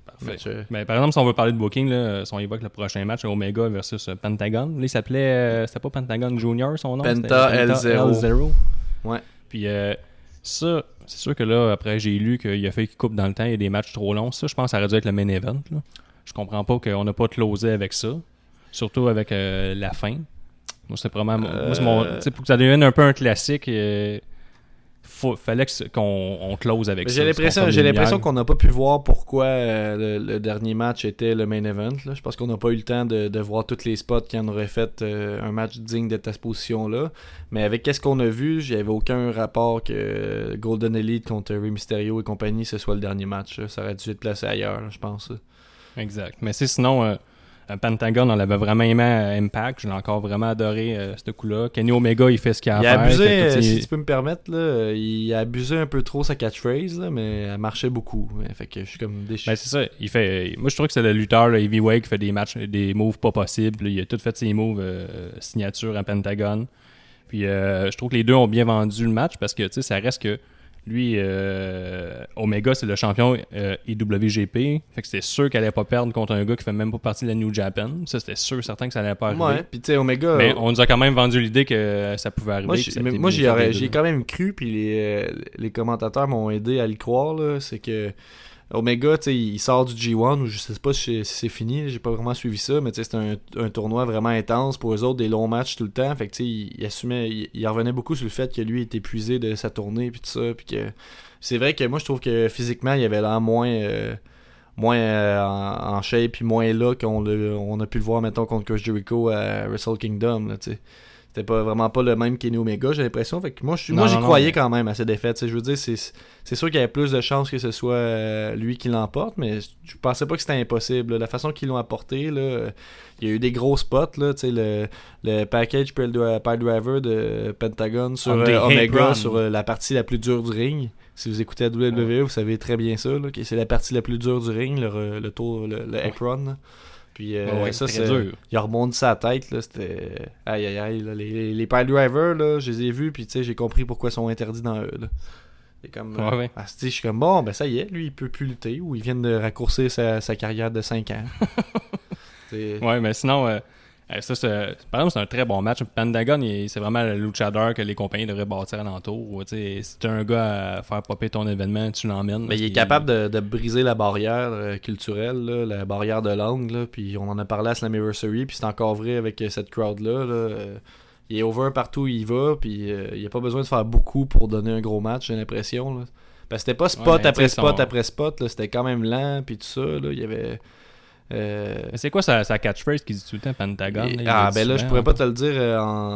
Parfait. Mais par exemple, si on veut parler de booking, là, si on évoque le prochain match, Omega versus Pentagon, là, il s'appelait... c'était pas Pentagon Junior, son nom? Penta L0. Ouais. Puis ça, c'est sûr que là, après, j'ai lu qu'il a fait qu'il coupe dans le temps, il y a des matchs trop longs. Ça, je pense que ça aurait dû être le main event. Là. Je comprends pas qu'on n'a pas closé avec ça. Surtout avec la fin. Moi, c'est vraiment... moi, c'est mon... pour que ça devienne un peu un classique... fallait qu'on close avec ça. J'ai l'impression qu'on n'a pas pu voir pourquoi le dernier match était le main event. Là. Je pense qu'on n'a pas eu le temps de voir tous les spots qui en auraient fait un match digne de cette position-là. Mais avec qu'est-ce qu'on a vu, j'avais aucun rapport que Golden Elite contre Rey Mysterio et compagnie, ce soit le dernier match. Là. Ça aurait dû être placé ailleurs, là, je pense. Exact. Mais sinon... Pentagon, on l'avait vraiment aimé à Impact. Je l'ai encore vraiment adoré, ce coup-là. Kenny Omega, il fait ce qu'il a à faire. Il a abusé, si tu peux me permettre, là, il a abusé un peu trop sa catchphrase, là, mais elle marchait beaucoup. Fait que je suis comme déçu. Ben, c'est ça. Moi, je trouve que c'est le lutteur, le heavyweight, qui fait des moves pas possibles. Il a tout fait ses moves signature à Pentagon. Puis je trouve que les deux ont bien vendu le match parce que ça reste que lui, Omega, c'est le champion IWGP. Fait que c'était sûr qu'elle allait pas perdre contre un gars qui fait même pas partie de la New Japan. Ça, c'était sûr, certain que ça allait pas arriver. Ouais, puis tu sais, Omega... Mais on nous a quand même vendu l'idée que ça pouvait arriver. Moi, j'y ai quand même cru, puis les commentateurs m'ont aidé à le croire, là. C'est que Omega, tu sais, il sort du G1, ou je sais pas si c'est fini, j'ai pas vraiment suivi ça, mais tu sais, c'est un tournoi vraiment intense pour eux autres, des longs matchs tout le temps. Fait que tu sais, il assumait, il revenait beaucoup sur le fait que lui était épuisé de sa tournée, puis tout ça, puis que c'est vrai que moi je trouve que physiquement il avait l'air moins en shape, puis moins là qu'on a pu le voir, mettons, contre Chris Jericho à Wrestle Kingdom, là, tu sais. C'était vraiment pas le même Kenny Omega, j'ai l'impression. Fait que moi j'y croyais quand même à ses défaites. T'sais, je veux dire, c'est sûr qu'il y avait plus de chances que ce soit lui qui l'emporte, mais je pensais pas que c'était impossible. Là. La façon qu'ils l'ont apporté, là, il y a eu des gros spots, là, le package Piledriver de Pentagon sur Omega sur la partie la plus dure du ring. Si vous écoutez la WWE, vous savez très bien ça. Là, que c'est la partie la plus dure du ring, le tour, le Ekron. Là. Puis ça, c'est dur. Il a rebondi sa tête, là, c'était aïe aïe aïe. Là. Les Piledrivers, là, je les ai vus, puis j'ai compris pourquoi ils sont interdits dans eux. Là. C'est comme, je suis comme, bon, ben ça y est, lui, il peut plus lutter, ou il vient de raccourcir sa carrière de 5 ans. Ouais, mais sinon, ça, par exemple, c'est un très bon match. Pentagon, c'est vraiment le luchador que les compagnies devraient bâtir alentour. Si tu as un gars à faire popper ton événement, tu l'emmènes. Mais il est capable de briser la barrière culturelle, là, la barrière de langue. Là, puis on en a parlé à Slammiversary, puis c'est encore vrai avec cette crowd-là. Il est over partout où il va, puis il n'y a pas besoin de faire beaucoup pour donner un gros match, j'ai l'impression. Là. Parce que c'était pas spot après spot après spot, là, c'était quand même lent, puis tout ça. Là, il y avait... C'est quoi sa catchphrase qu'il dit tout le temps, Pentagon? Je pourrais pas te le dire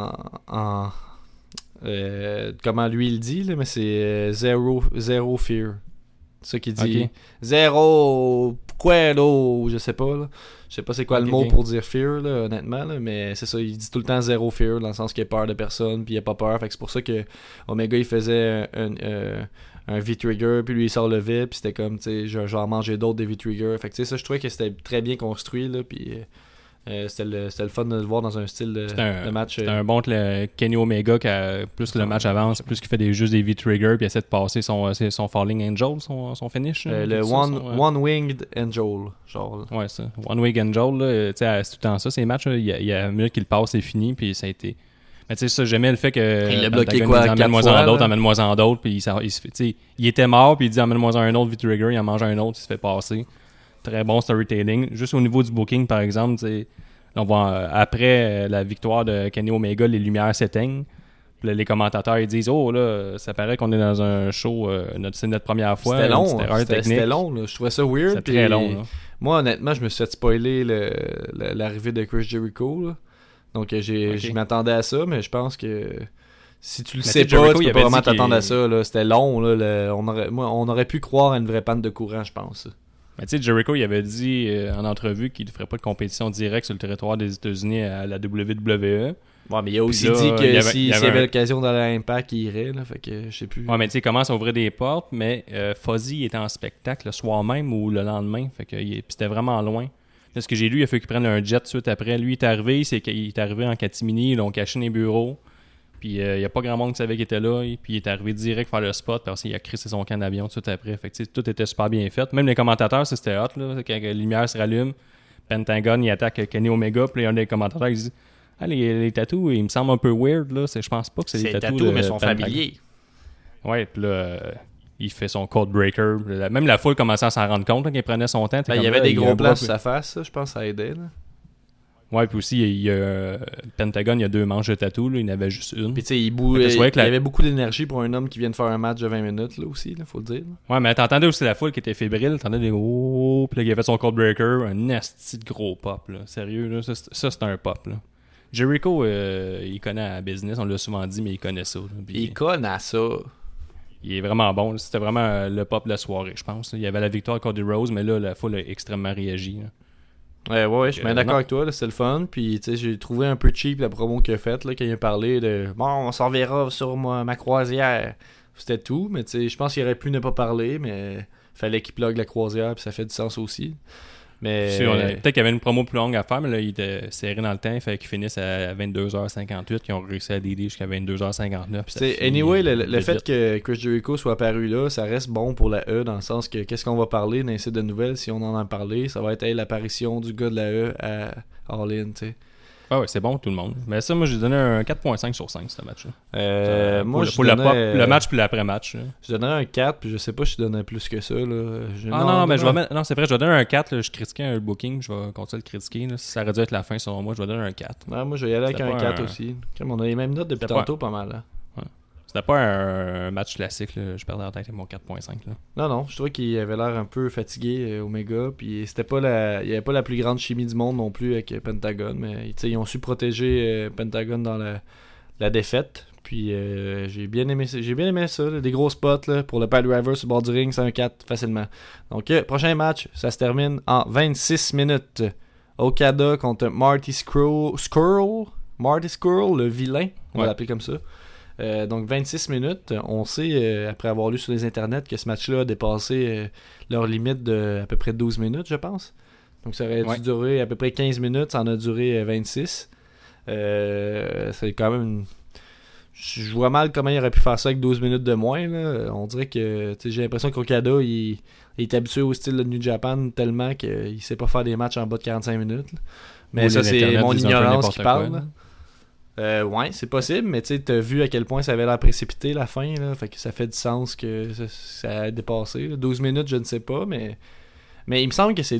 comment lui il dit, là, mais c'est zero fear. C'est ça qu'il dit. Okay. Zéro pourquoi là, je sais pas. Là. Je sais pas c'est quoi le mot pour dire fear, là, honnêtement, là, mais c'est ça, il dit tout le temps zéro fear, dans le sens qu'il a peur de personne, puis il a pas peur. Fait que c'est pour ça que Omega il faisait un V-Trigger, puis lui il s'en relevait, puis c'était comme, tu sais, j'en mangeais d'autres des V-Trigger. Fait que tu sais, ça, je trouvais que c'était très bien construit, là, puis c'était le fun de le voir dans un style de match. C'était un bon Kenny Omega, plus que le match avance, plus qu'il fait juste des V-Trigger, puis essaie de passer son Falling Angel, son finish. Le One-Winged Angel, genre. Ouais, ça. One-Winged Angel, là, tu sais, c'est tout le temps ça, ces matchs, il y a une minute qu'il passe, c'est fini, puis ça a été... Mais tu sais, ça, j'aimais le fait que... Il l'a bloqué quoi, 4 fois, emmène-moi-en d'autres, puis il était mort, puis il dit emmène-moi-en un autre V-Trigger, il en mange un autre, il se fait passer. Très bon storytelling. Juste au niveau du booking, par exemple, on voit après la victoire de Kenny Omega, les lumières s'éteignent. Puis là, les commentateurs ils disent oh là, ça paraît qu'on est dans un show, c'est notre première fois. C'était long, c'était long. Là. Je trouvais ça weird. C'était très long. Là. Moi, honnêtement, je me suis fait spoiler l'arrivée de Chris Jericho. Là. Donc, je m'attendais à ça, mais je pense que si tu le sais pas, Jericho, tu peux pas vraiment t'attendre à ça. Là. C'était long. Là, on aurait pu croire à une vraie panne de courant, je pense. Mais tu sais, Jericho, il avait dit en entrevue qu'il ne ferait pas de compétition directe sur le territoire des États-Unis à la WWE. Ouais, mais il a aussi dit que s'il y avait l'occasion d'aller à l'Impact, il irait. Là, fait que je sais plus. Ouais, mais tu sais, il commence à ouvrir des portes, mais Fozzy était en spectacle le soir même ou le lendemain. Fait que c'était vraiment loin. Là, ce que j'ai lu, il a fallu qu'il prenne un jet tout de suite après. Lui, il est arrivé en catimini, ils l'ont caché dans les bureaux. Puis il n'y a pas grand monde qui savait qu'il était là. Puis il est arrivé direct faire le spot. Parce qu'il a crissé son camp d'avion tout après. Fait que tout était super bien fait. Même les commentateurs, c'était hot. Là, quand la lumière se rallume, Pentagon il attaque Kenny Omega. Puis il y a un des commentateurs qui dit les tatous, ils me semblent un peu weird. Là. Je pense pas que c'est des tatous mais sont familiers. Ouais, puis là, il fait son code breaker. Même la foule commençait à s'en rendre compte quand il prenait son temps. Il y avait des gros plans sur sa face, ça, je pense, ça aidait. Là. Ouais, puis aussi, il y a Pentagon, il y a 2 manches de tatou, là, il en avait juste une. Puis tu sais, il y avait beaucoup d'énergie pour un homme qui vient de faire un match de 20 minutes, là aussi, là, faut le dire. Là. Ouais, mais t'entendais aussi la foule qui était fébrile, t'entendais des oh, puis là, il a fait son code breaker, un asti de gros pop, là. Sérieux, là, ça c'est un pop, là. Jericho, il connaît la business, on l'a souvent dit, mais il connaît ça. Là, il connaît ça. Il est vraiment bon, là. C'était vraiment le pop de la soirée, je pense. Là. Il y avait la victoire Cody Rhodes, mais là, la foule a extrêmement réagi, là. Ouais, je suis bien d'accord avec toi, c'était le fun. Puis, tu sais, j'ai trouvé un peu cheap la promo qu'il a faite, là, quand il a parlé de bon, on s'en verra sur ma croisière. C'était tout, mais tu sais, je pense qu'il aurait pu ne pas parler, mais fallait qu'il plug la croisière, puis ça fait du sens aussi. Mais peut-être qu'il y avait une promo plus longue à faire, mais là, il était serré dans le temps. Il fallait qu'ils finissent à 22h58. Ils ont réussi à DD jusqu'à 22h59. Anyway, le fait que Chris Jericho soit apparu là, ça reste bon pour la E, dans le sens que qu'est-ce qu'on va parler dans les sites de nouvelles, si on en a parlé, ça va être l'apparition du gars de la E à All In, tu sais. Ah ouais, c'est bon tout le monde. Mais ça, moi, j'ai donné un 4.5 sur 5, ce match-là. Moi, le match puis l'après-match. Là. Je donnerais un 4, puis je sais pas si je donnais plus que ça. Là. Non, c'est vrai, je vais donner un 4. Là, je critiquais un booking, je vais continuer de critiquer. Là. Si ça aurait dû être la fin, selon moi, je vais donner un 4. Ouais, moi, je vais y aller avec un 4 aussi. Comme on a les mêmes notes depuis tantôt, pas mal. Là. Ouais. C'était pas un match classique, là. Je perdais en tête avec mon 4.5. Là. Non, je trouvais qu'il avait l'air un peu fatigué, Omega, puis c'était pas il y avait pas la plus grande chimie du monde non plus avec Pentagon, mais ils ont su protéger Pentagon dans la défaite, puis j'ai bien aimé ça, là, des gros spots là, pour le pile driver sur le bord du ring, c'est un 4 facilement. Donc prochain match, ça se termine en 26 minutes. Okada contre Marty Scurll, le vilain, on va l'appeler comme ça. Donc 26 minutes, on sait après avoir lu sur les internets que ce match-là a dépassé leur limite de à peu près 12 minutes, je pense. Donc ça aurait dû durer à peu près 15 minutes, ça en a duré 26. C'est quand même je vois mal comment il aurait pu faire ça avec 12 minutes de moins là. On dirait que j'ai l'impression qu'Okada il est habitué au style de New Japan tellement qu'il sait pas faire des matchs en bas de 45 minutes là. Mais ça c'est mon ignorance qui parle. Ouais, c'est possible, mais tu sais, t'as vu à quel point ça avait l'air précipité la fin, là, fait que ça fait du sens que ça a dépassé. Là. 12 minutes, je ne sais pas, mais il me semble que c'est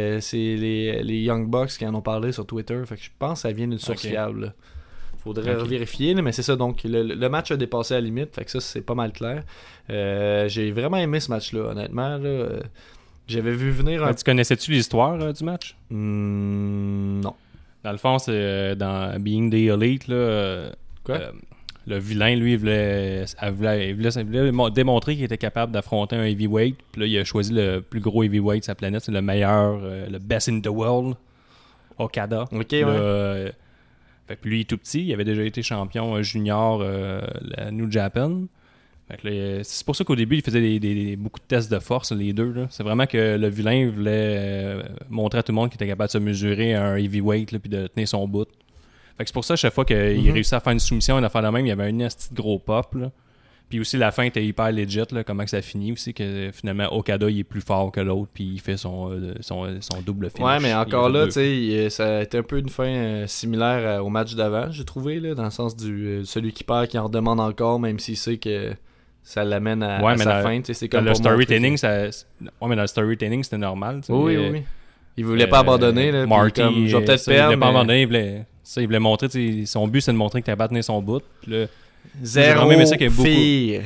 les Young Bucks qui en ont parlé sur Twitter, fait que je pense que ça vient d'une source fiable. Là. Faudrait vérifier, là, mais c'est ça, donc le match a dépassé la limite, fait que ça, c'est pas mal clair. J'ai vraiment aimé ce match-là, honnêtement, là. J'avais vu venir Tu connaissais-tu l'histoire du match? Non. Dans le fond, c'est dans Being the Elite, là, le vilain, lui, il voulait démontrer qu'il était capable d'affronter un heavyweight. Puis là, il a choisi le plus gros heavyweight de sa planète, c'est le meilleur, le best in the world, Okada. Ok, là, fait que lui, il est tout petit, il avait déjà été champion junior à New Japan. Fait que là, c'est pour ça qu'au début, il faisait beaucoup de tests de force, les deux. Là. C'est vraiment que le vilain voulait montrer à tout le monde qu'il était capable de se mesurer à un heavyweight puis de tenir son bout. Fait que c'est pour ça, à chaque fois qu'il réussit à faire une soumission, une affaire de même, il y avait un esti de gros pop. Là. Puis aussi, la fin était hyper legit, là, comment que ça finit aussi, que finalement, Okada, il est plus fort que l'autre, puis il fait son double finish. Ouais, mais encore là, tu sais, ça a été un peu une fin similaire au match d'avant, j'ai trouvé, là, dans le sens du celui qui perd, qui en redemande encore, même s'il sait que ça l'amène à sa fin. C'est comme le storytelling, mais dans le storytelling, c'était normal. Oui. Il voulait pas abandonner. Là, Marty, comme, je vais peut-être perdre. Il voulait pas abandonner. Il voulait montrer, son but, c'est de montrer qu'il était capable de tenir son bout. Puis là, Zéro fear.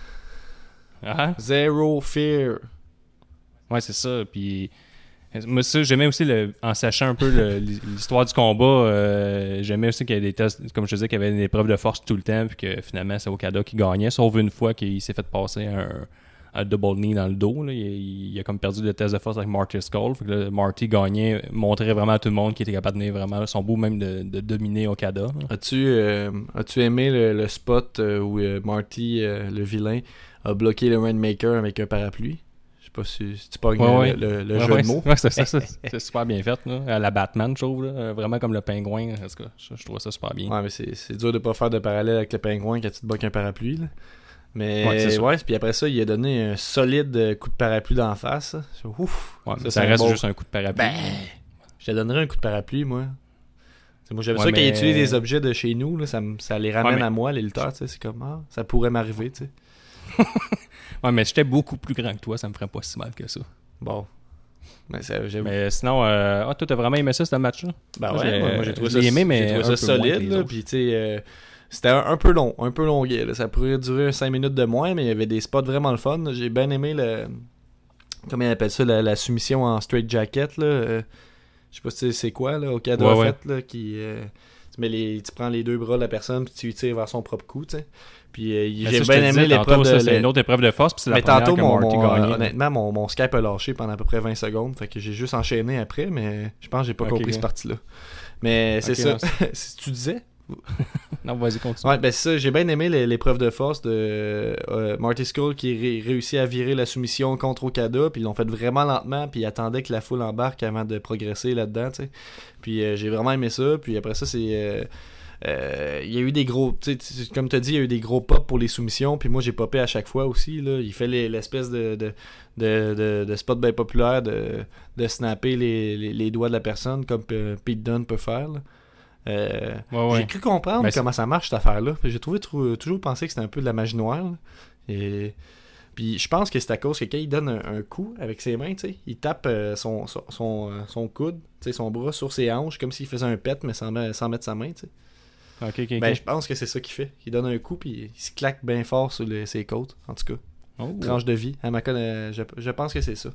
Zéro fear. Ouais, c'est ça. Puis moi, ça, j'aimais aussi, en sachant un peu l'histoire du combat, j'aimais aussi qu'il y avait des tests, comme je te disais, qu'il y avait des épreuves de force tout le temps, puis que finalement, c'est Okada qui gagnait, sauf une fois qu'il s'est fait passer un double knee dans le dos. Là. Il a comme perdu le test de force avec Marty Scurll. Fait que là, Marty gagnait, montrait vraiment à tout le monde qu'il était capable de tenir vraiment son bout, même de dominer Okada. As-tu aimé le spot où Marty, le vilain, a bloqué le Rainmaker avec un parapluie? pas si tu pognes le jeu de mots. Ouais, c'est super bien fait, là. À la Batman, je trouve, là. Vraiment comme le pingouin. Est-ce que je trouve ça super bien. Ouais, mais c'est dur de pas faire de parallèle avec le pingouin quand tu te bats qu'un parapluie, là. Mais puis après ça, il a donné un solide coup de parapluie d'en face. Ouf! Ouais, ça reste juste un coup de parapluie. Je te donnerais un coup de parapluie, moi. Moi, j'aime ça quand il utilise des objets de chez nous, là, ça les ramène à moi, les lutteurs, tu sais. C'est comme, ça pourrait m'arriver, tu sais. Ouais, mais j'étais beaucoup plus grand que toi, ça me ferait pas si mal que ça. Bon. Mais sinon, toi, t'as vraiment aimé ça, ce match-là? Ben moi, j'ai trouvé ça solide, là, puis tu sais... C'était un peu longuet. Là. Ça pourrait durer 5 minutes de moins, mais il y avait des spots vraiment le fun. J'ai bien aimé comment ils appellent ça, la soumission en straight jacket. Là. Je sais pas si c'est quoi, là, au cadeau fait, là, qui... tu prends les deux bras de la personne puis tu tires vers son propre cou, tu sais. Puis j'ai bien aimé l'épreuve de... C'est une autre épreuve de force, puis c'est la première tantôt, que Marty gagnait. Honnêtement, mon Skype a lâché pendant à peu près 20 secondes, fait que j'ai juste enchaîné après, mais je pense que j'ai pas compris cette partie-là. Mais c'est ça. Si tu disais... Non, vas-y, continue. Ouais, ben c'est ça, j'ai bien aimé l'épreuve de force de Marty Scurll qui réussit à virer la soumission contre Okada, puis ils l'ont fait vraiment lentement, puis ils attendaient que la foule embarque avant de progresser là-dedans, tu sais. Puis j'ai vraiment aimé ça, puis après ça, c'est... il y a eu des gros... Comme tu as dit, il y a eu des gros pops pour les soumissions, puis moi j'ai popé à chaque fois aussi, là. Il fait l'espèce de spot bien populaire de snapper les doigts de la personne, comme Pete Dunne peut faire, là. J'ai cru comprendre comment ça marche cette affaire-là. J'ai toujours pensé que c'était un peu de la magie noire. Là. Et puis je pense que c'est à cause que quand il donne un coup avec ses mains, il tape son coude, son bras sur ses hanches comme s'il faisait un pet mais sans mettre sa main. Okay. Je pense que c'est ça qu'il fait. Il donne un coup puis il se claque bien fort sur ses côtes, en tout cas. Tranche de vie. Je pense que c'est ça.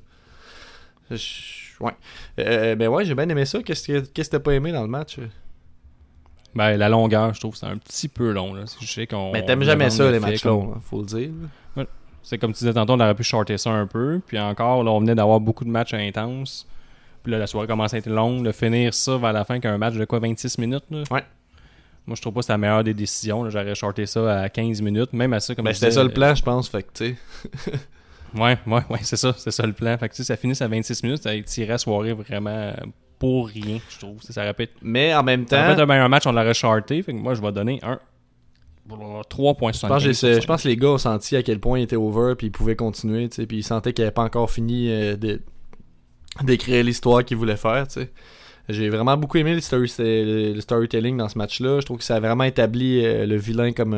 J'ai bien aimé ça. Qu'est-ce que t'as pas aimé dans le match? Ben, la longueur, je trouve, c'est un petit peu long. Là. Je sais mais t'aimes jamais ça, les matchs longs, faut le dire. Ouais. C'est comme tu disais tantôt, on aurait pu shorter ça un peu. Puis encore, là, on venait d'avoir beaucoup de matchs intenses. Puis là, la soirée commence à être longue. De finir ça vers la fin qu'un match de 26 minutes. Là. Ouais. Moi, je trouve pas que c'est la meilleure des décisions. Là. J'aurais shorté ça à 15 minutes. Même à ça, comme c'était ça le plan, je pense. Fait que, tu sais... ouais, c'est ça le plan. Fait que, ça finisse à 26 minutes. Ça tirait la soirée vraiment... pour rien, je trouve. Ça répète. Mais en même temps... Ça répète un match, on l'aurait charté. Fait que moi, je vais donner un 3.75. Je pense que les gars ont senti à quel point il était over puis ils pouvaient continuer, tu sais, puis ils sentaient qu'ils n'avaient pas encore fini d'écrire l'histoire qu'ils voulaient faire, tu sais. J'ai vraiment beaucoup aimé le storytelling dans ce match-là. Je trouve que ça a vraiment établi le vilain comme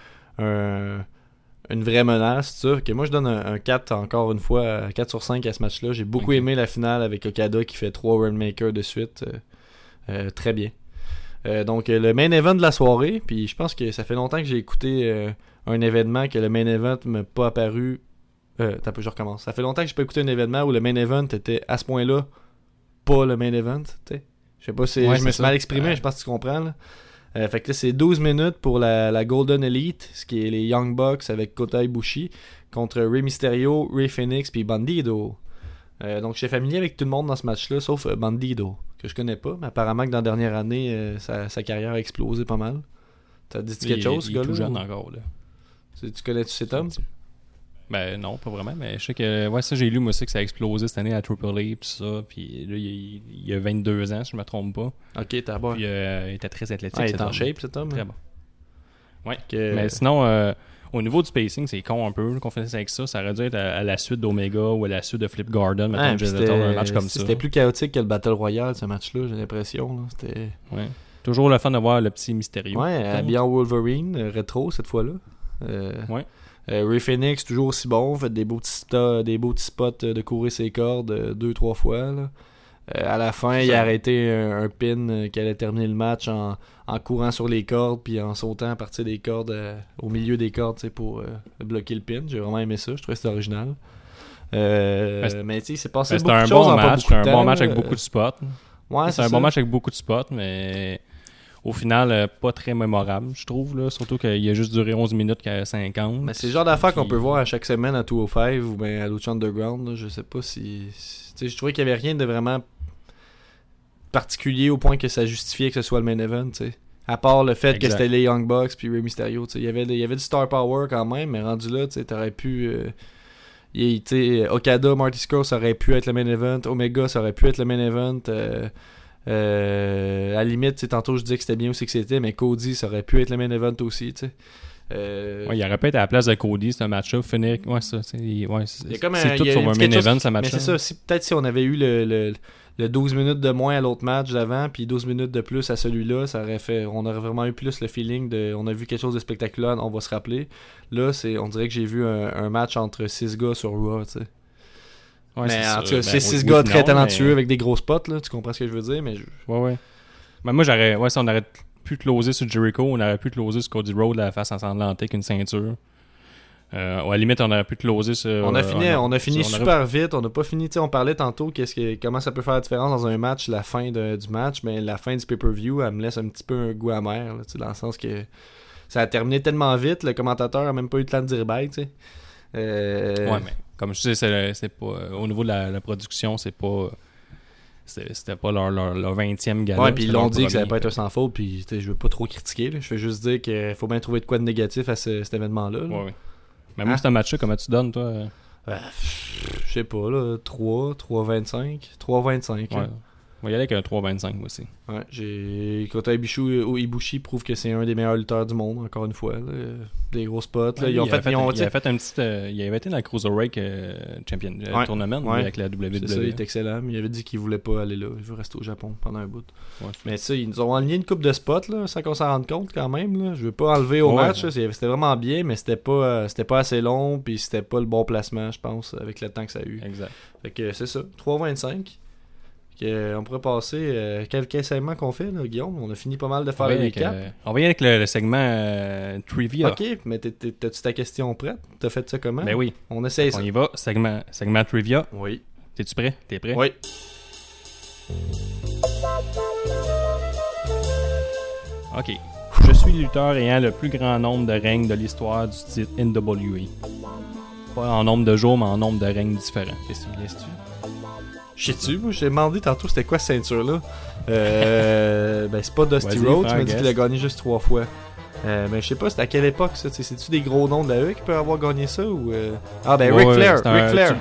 une vraie menace, ça. Okay, moi, je donne un 4 encore une fois, 4 sur 5 à ce match-là. J'ai beaucoup aimé la finale avec Okada qui fait 3 Rainmakers de suite. Très bien. Donc, le main event de la soirée, puis je pense que ça fait longtemps que j'ai écouté un événement que le main event m'a pas apparu... je recommence. Ça fait longtemps que j'ai pas écouté un événement où le main event était à ce point-là pas le main event, tu sais. Je sais pas si je me suis mal exprimé, je pense que tu comprends, là. Fait que là, c'est 12 minutes pour la Golden Elite, ce qui est les Young Bucks avec Kota Ibushi, contre Rey Mysterio, Rey Fenix puis Bandido. Donc, j'étais familier avec tout le monde dans ce match-là, sauf Bandido, que je connais pas, mais apparemment que dans la dernière année, sa carrière a explosé pas mal. T'as dit quelque chose, ce gars-là? Il est tout jeune encore, là. Tu connais-tu cet homme? Ben non, pas vraiment, mais je sais que ça j'ai lu moi aussi que ça a explosé cette année à Triple A pis ça, puis là il a 22 ans si je me trompe pas. OK, t'as bon. Puis il était très athlétique. Il est en shape cet homme. Très bon. Ouais. Mais sinon au niveau du spacing, c'est con un peu qu'on fasse avec ça, ça aurait dû être à la suite d'Omega ou à la suite de Flip Garden, mettons un match comme ça. C'était plus chaotique que le Battle Royale ce match-là, j'ai l'impression là, c'était toujours le fun de voir le petit mystérieux. Ouais, habillé en Wolverine, rétro cette fois-là. Ouais. Rey Fenix toujours aussi bon, fait des beaux petits spots de courir ses cordes 2-3 fois là. À la fin il a arrêté un pin qui allait terminer le match en courant sur les cordes puis en sautant à partir des cordes au milieu des cordes pour bloquer le pin. J'ai vraiment aimé ça, je trouvais que c'était original. Mais tu sais c'est passé beaucoup de choses en pas beaucoup de temps. C'était un bon match avec beaucoup de spots. Ouais, c'est un bon match avec beaucoup de spots, mais au final, pas très mémorable, je trouve. Là. Surtout qu'il a juste duré 11 minutes qu'à 50. Mais c'est le genre d'affaires qu'on peut voir à chaque semaine à 205 ou bien à Lucha Underground. Là. Je sais pas si... je trouvais qu'il n'y avait rien de vraiment particulier au point que ça justifiait que ce soit le main event. T'sais. À part le fait que c'était les Young Bucks puis Rey Mysterio. Il y avait du star power quand même, mais rendu là, t'aurais pu... Okada, Marty Scurll, ça aurait pu être le main event. Omega, ça aurait pu être le main event. À la limite, tantôt je disais que c'était bien aussi que c'était, mais Cody, ça aurait pu être le main event aussi. Il aurait pu être à la place de Cody, ce match-là. Finir. Ouais, ça. C'est comme tout sur un main event, ce match-là. Mais c'est ça. Peut-être si on avait eu le 12 minutes de moins à l'autre match d'avant, puis 12 minutes de plus à celui-là, on aurait vraiment eu plus le feeling on a vu quelque chose de spectaculaire, on va se rappeler. Là, on dirait que j'ai vu un match entre 6 gars sur Raw, tu sais. Ouais, mais en tout cas, c'est 6 gars très talentueux avec des gros spots, là, tu comprends ce que je veux dire, mais Ouais. Mais moi, si on aurait pu closer sur Jericho, on aurait pu closer sur Cody Rhodes la face ensanglantée avec une ceinture. À la limite, on aurait pu closer sur... On a fini super vite. On n'a pas fini. On parlait tantôt comment ça peut faire la différence dans un match, la fin du match, mais la fin du pay-per-view, elle me laisse un petit peu un goût amer, là, dans le sens que ça a terminé tellement vite, le commentateur a même pas eu le temps de dire bye. Ouais, mais comme je sais, c'est pas... au niveau de la production, c'est pas... C'était pas leur 20e gala. Ouais, puis ils l'ont dit que ça allait pas être un sans faute, puis je veux pas trop critiquer, là. Je veux juste dire qu'il faut bien trouver de quoi de négatif à cet événement-là. Ouais. Mais moi, c'est un match-là, comment tu donnes, toi? Je sais pas, là, 3.25. 3.25. Ouais. On va y aller avec un 3.25 moi aussi. Ouais, Kota Ibushi prouve que c'est un des meilleurs lutteurs du monde, encore une fois. Là. Des gros spots. Là. Il avait fait un petit. Il avait été dans le Cruiserweight Champion Tournament avec la WWE. C'est ça, il est excellent. Mais il avait dit qu'il voulait pas aller là. Il veut rester au Japon pendant un bout. Ouais. Mais ça, ils nous ont aligné une coupe de spots là, sans qu'on s'en rende compte quand même. Là. Je veux pas enlever au match. Là. C'était vraiment bien, mais c'était pas assez long. Puis c'était pas le bon placement, je pense, avec le temps que ça a eu. Exact. Fait que c'est ça. 3.25. On pourrait passer quel segment qu'on fait là, Guillaume. On a fini pas mal de faire le recap. On va y aller avec le segment Trivia. Ok, mais t'as-tu ta question prête? T'as fait ça comment? Ben oui. On essaye ça. On y va, segment Trivia. Oui. T'es-tu prêt? T'es prêt? Oui. Ok. Je suis le lutteur ayant le plus grand nombre de règnes de l'histoire du titre NWA. Pas en nombre de jours, mais en nombre de règnes différents. Qu'est-ce que tu me laisses-tu? Je sais-tu, moi j'ai demandé tantôt c'était quoi cette ceinture-là. Ben c'est pas Dusty Rhodes, tu m'as dit qu'il a gagné juste 3 fois. Mais je sais pas, c'est à quelle époque ça? C'est-tu des gros noms de la E qui peuvent avoir gagné ça ou Ah ben Ric Flair! Ric Flair!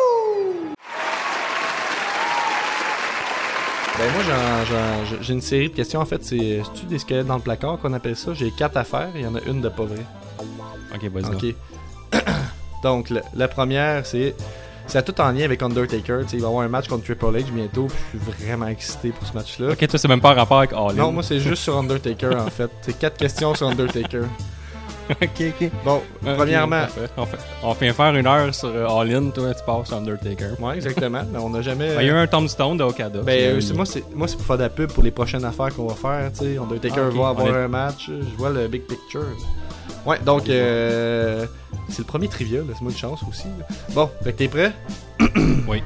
Ben moi j'ai une série de questions en fait, c'est-tu des squelettes dans le placard qu'on appelle ça? J'ai 4 à faire, il y en a une de pas vraie. Ok, vas-y. Ok. Donc la première c'est tout en lien avec Undertaker. Il va y avoir un match contre Triple H bientôt. Je suis vraiment excité pour ce match-là. Ok, toi, c'est même pas un rapport avec All In. Non, moi, c'est juste sur Undertaker, en fait. C'est 4 questions sur Undertaker. ok. Bon, premièrement... On fait faire 1 heure sur All In. Toi, tu passes sur Undertaker. Ouais, exactement. Mais on n'a jamais... Il y a eu un tombstone de Okada. Ben, moi, c'est pour faire de la pub pour les prochaines affaires qu'on va faire. T'sais. Undertaker va avoir un match. Je vois le big picture. Ouais, donc... c'est le premier trivia, laisse-moi une chance aussi. Là. Bon, fait que t'es prêt? Oui.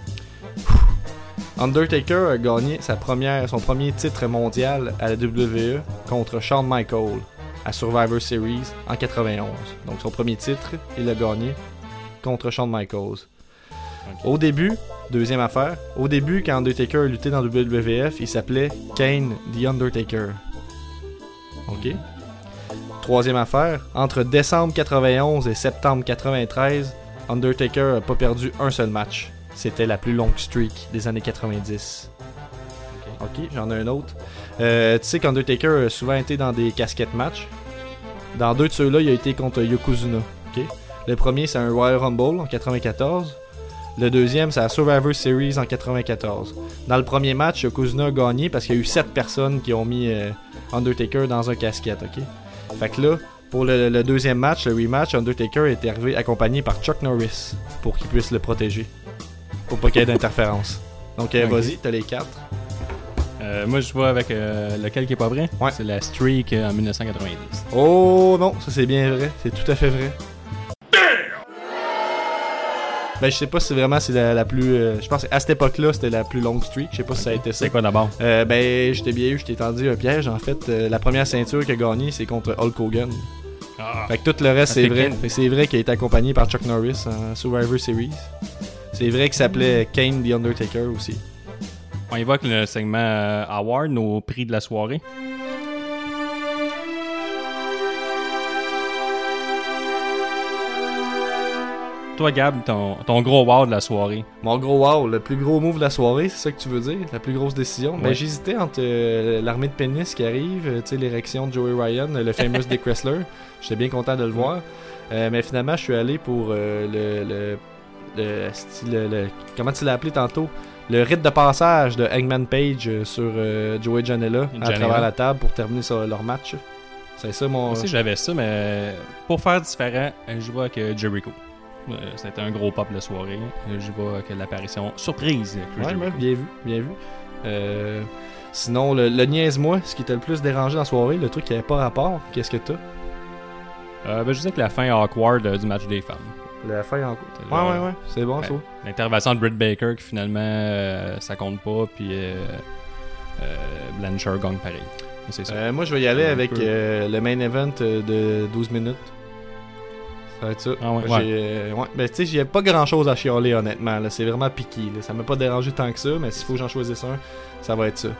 Undertaker a gagné son premier titre mondial à la WWE contre Shawn Michaels à Survivor Series en 91. Donc son premier titre, il l'a gagné contre Shawn Michaels. Okay. Au début, deuxième affaire, quand Undertaker a lutté dans WWF, il s'appelait Kane The Undertaker. Ok? Troisième affaire, entre décembre 91 et septembre 93, Undertaker n'a pas perdu un seul match. C'était la plus longue streak des années 90. Ok, j'en ai un autre. Tu sais qu'Undertaker a souvent été dans des casquettes match. Dans 2 de ceux-là, il a été contre Yokozuna. Okay? Le premier, c'est un Royal Rumble en 94. Le deuxième, c'est la Survivor Series en 94. Dans le premier match, Yokozuna a gagné parce qu'il y a eu 7 personnes qui ont mis Undertaker dans un casquette. Ok? Fait que là, pour le deuxième match, le rematch, Undertaker est arrivé accompagné par Chuck Norris pour qu'il puisse le protéger. Pour pas qu'il y ait d'interférence. Donc vas-y, t'as les 4. Moi je vois avec lequel qui est pas vrai. Ouais. C'est la streak en 1990. Oh non, ça c'est bien vrai. C'est tout à fait vrai. Ben je sais pas si vraiment c'est la plus... je pense qu'à cette époque-là, c'était la plus longue streak. Je sais pas si ça a été ça. C'est quoi d'abord? Ben j'étais bien eu, je t'ai tendu un piège. En fait, la première ceinture qu'il a gagnée, c'est contre Hulk Hogan. Fait que tout le reste, c'est vrai. C'est vrai qu'il a été accompagné par Chuck Norris en Survivor Series. C'est vrai qu'il s'appelait Kane The Undertaker aussi. On y va avec le segment Award, nos prix de la soirée. toi, Gab, ton gros wow de la soirée? Mon gros wow, le plus gros move de la soirée, c'est ça que tu veux dire? La plus grosse décision? Ouais. Ben, j'hésitais entre l'armée de pénis qui arrive, tu sais, l'érection de Joey Ryan, le famous Dick Wrestler. J'étais bien content de le voir. Mais finalement, je suis allé pour le comment tu l'as appelé tantôt? Le rite de passage de Hangman Page sur Joey Janela à travers la table pour terminer leur match. C'est ça mon... Moi aussi j'avais ça, mais pour faire différent, je vois que Jericho. C'était un gros pop de la soirée. Je vois que l'apparition surprise. Ouais, bien vu. Sinon, le niaise-moi, ce qui était le plus dérangé dans la soirée, le truc qui avait pas rapport, qu'est-ce que t'as? Je disais que la fin awkward du match des femmes. La fin en cours. Ouais. C'est bon, ça. L'intervention de Britt Baker qui finalement ça compte pas, puis Blanchard gagne pareil. C'est ça. Moi, je vais y aller avec le main event de 12 minutes. Ça va être ça. Ben, tu sais, j'y ai pas grand chose à chialer, honnêtement. Là. C'est vraiment piqué. Là. Ça m'a pas dérangé tant que ça, mais s'il faut que j'en choisisse un, ça va être ça.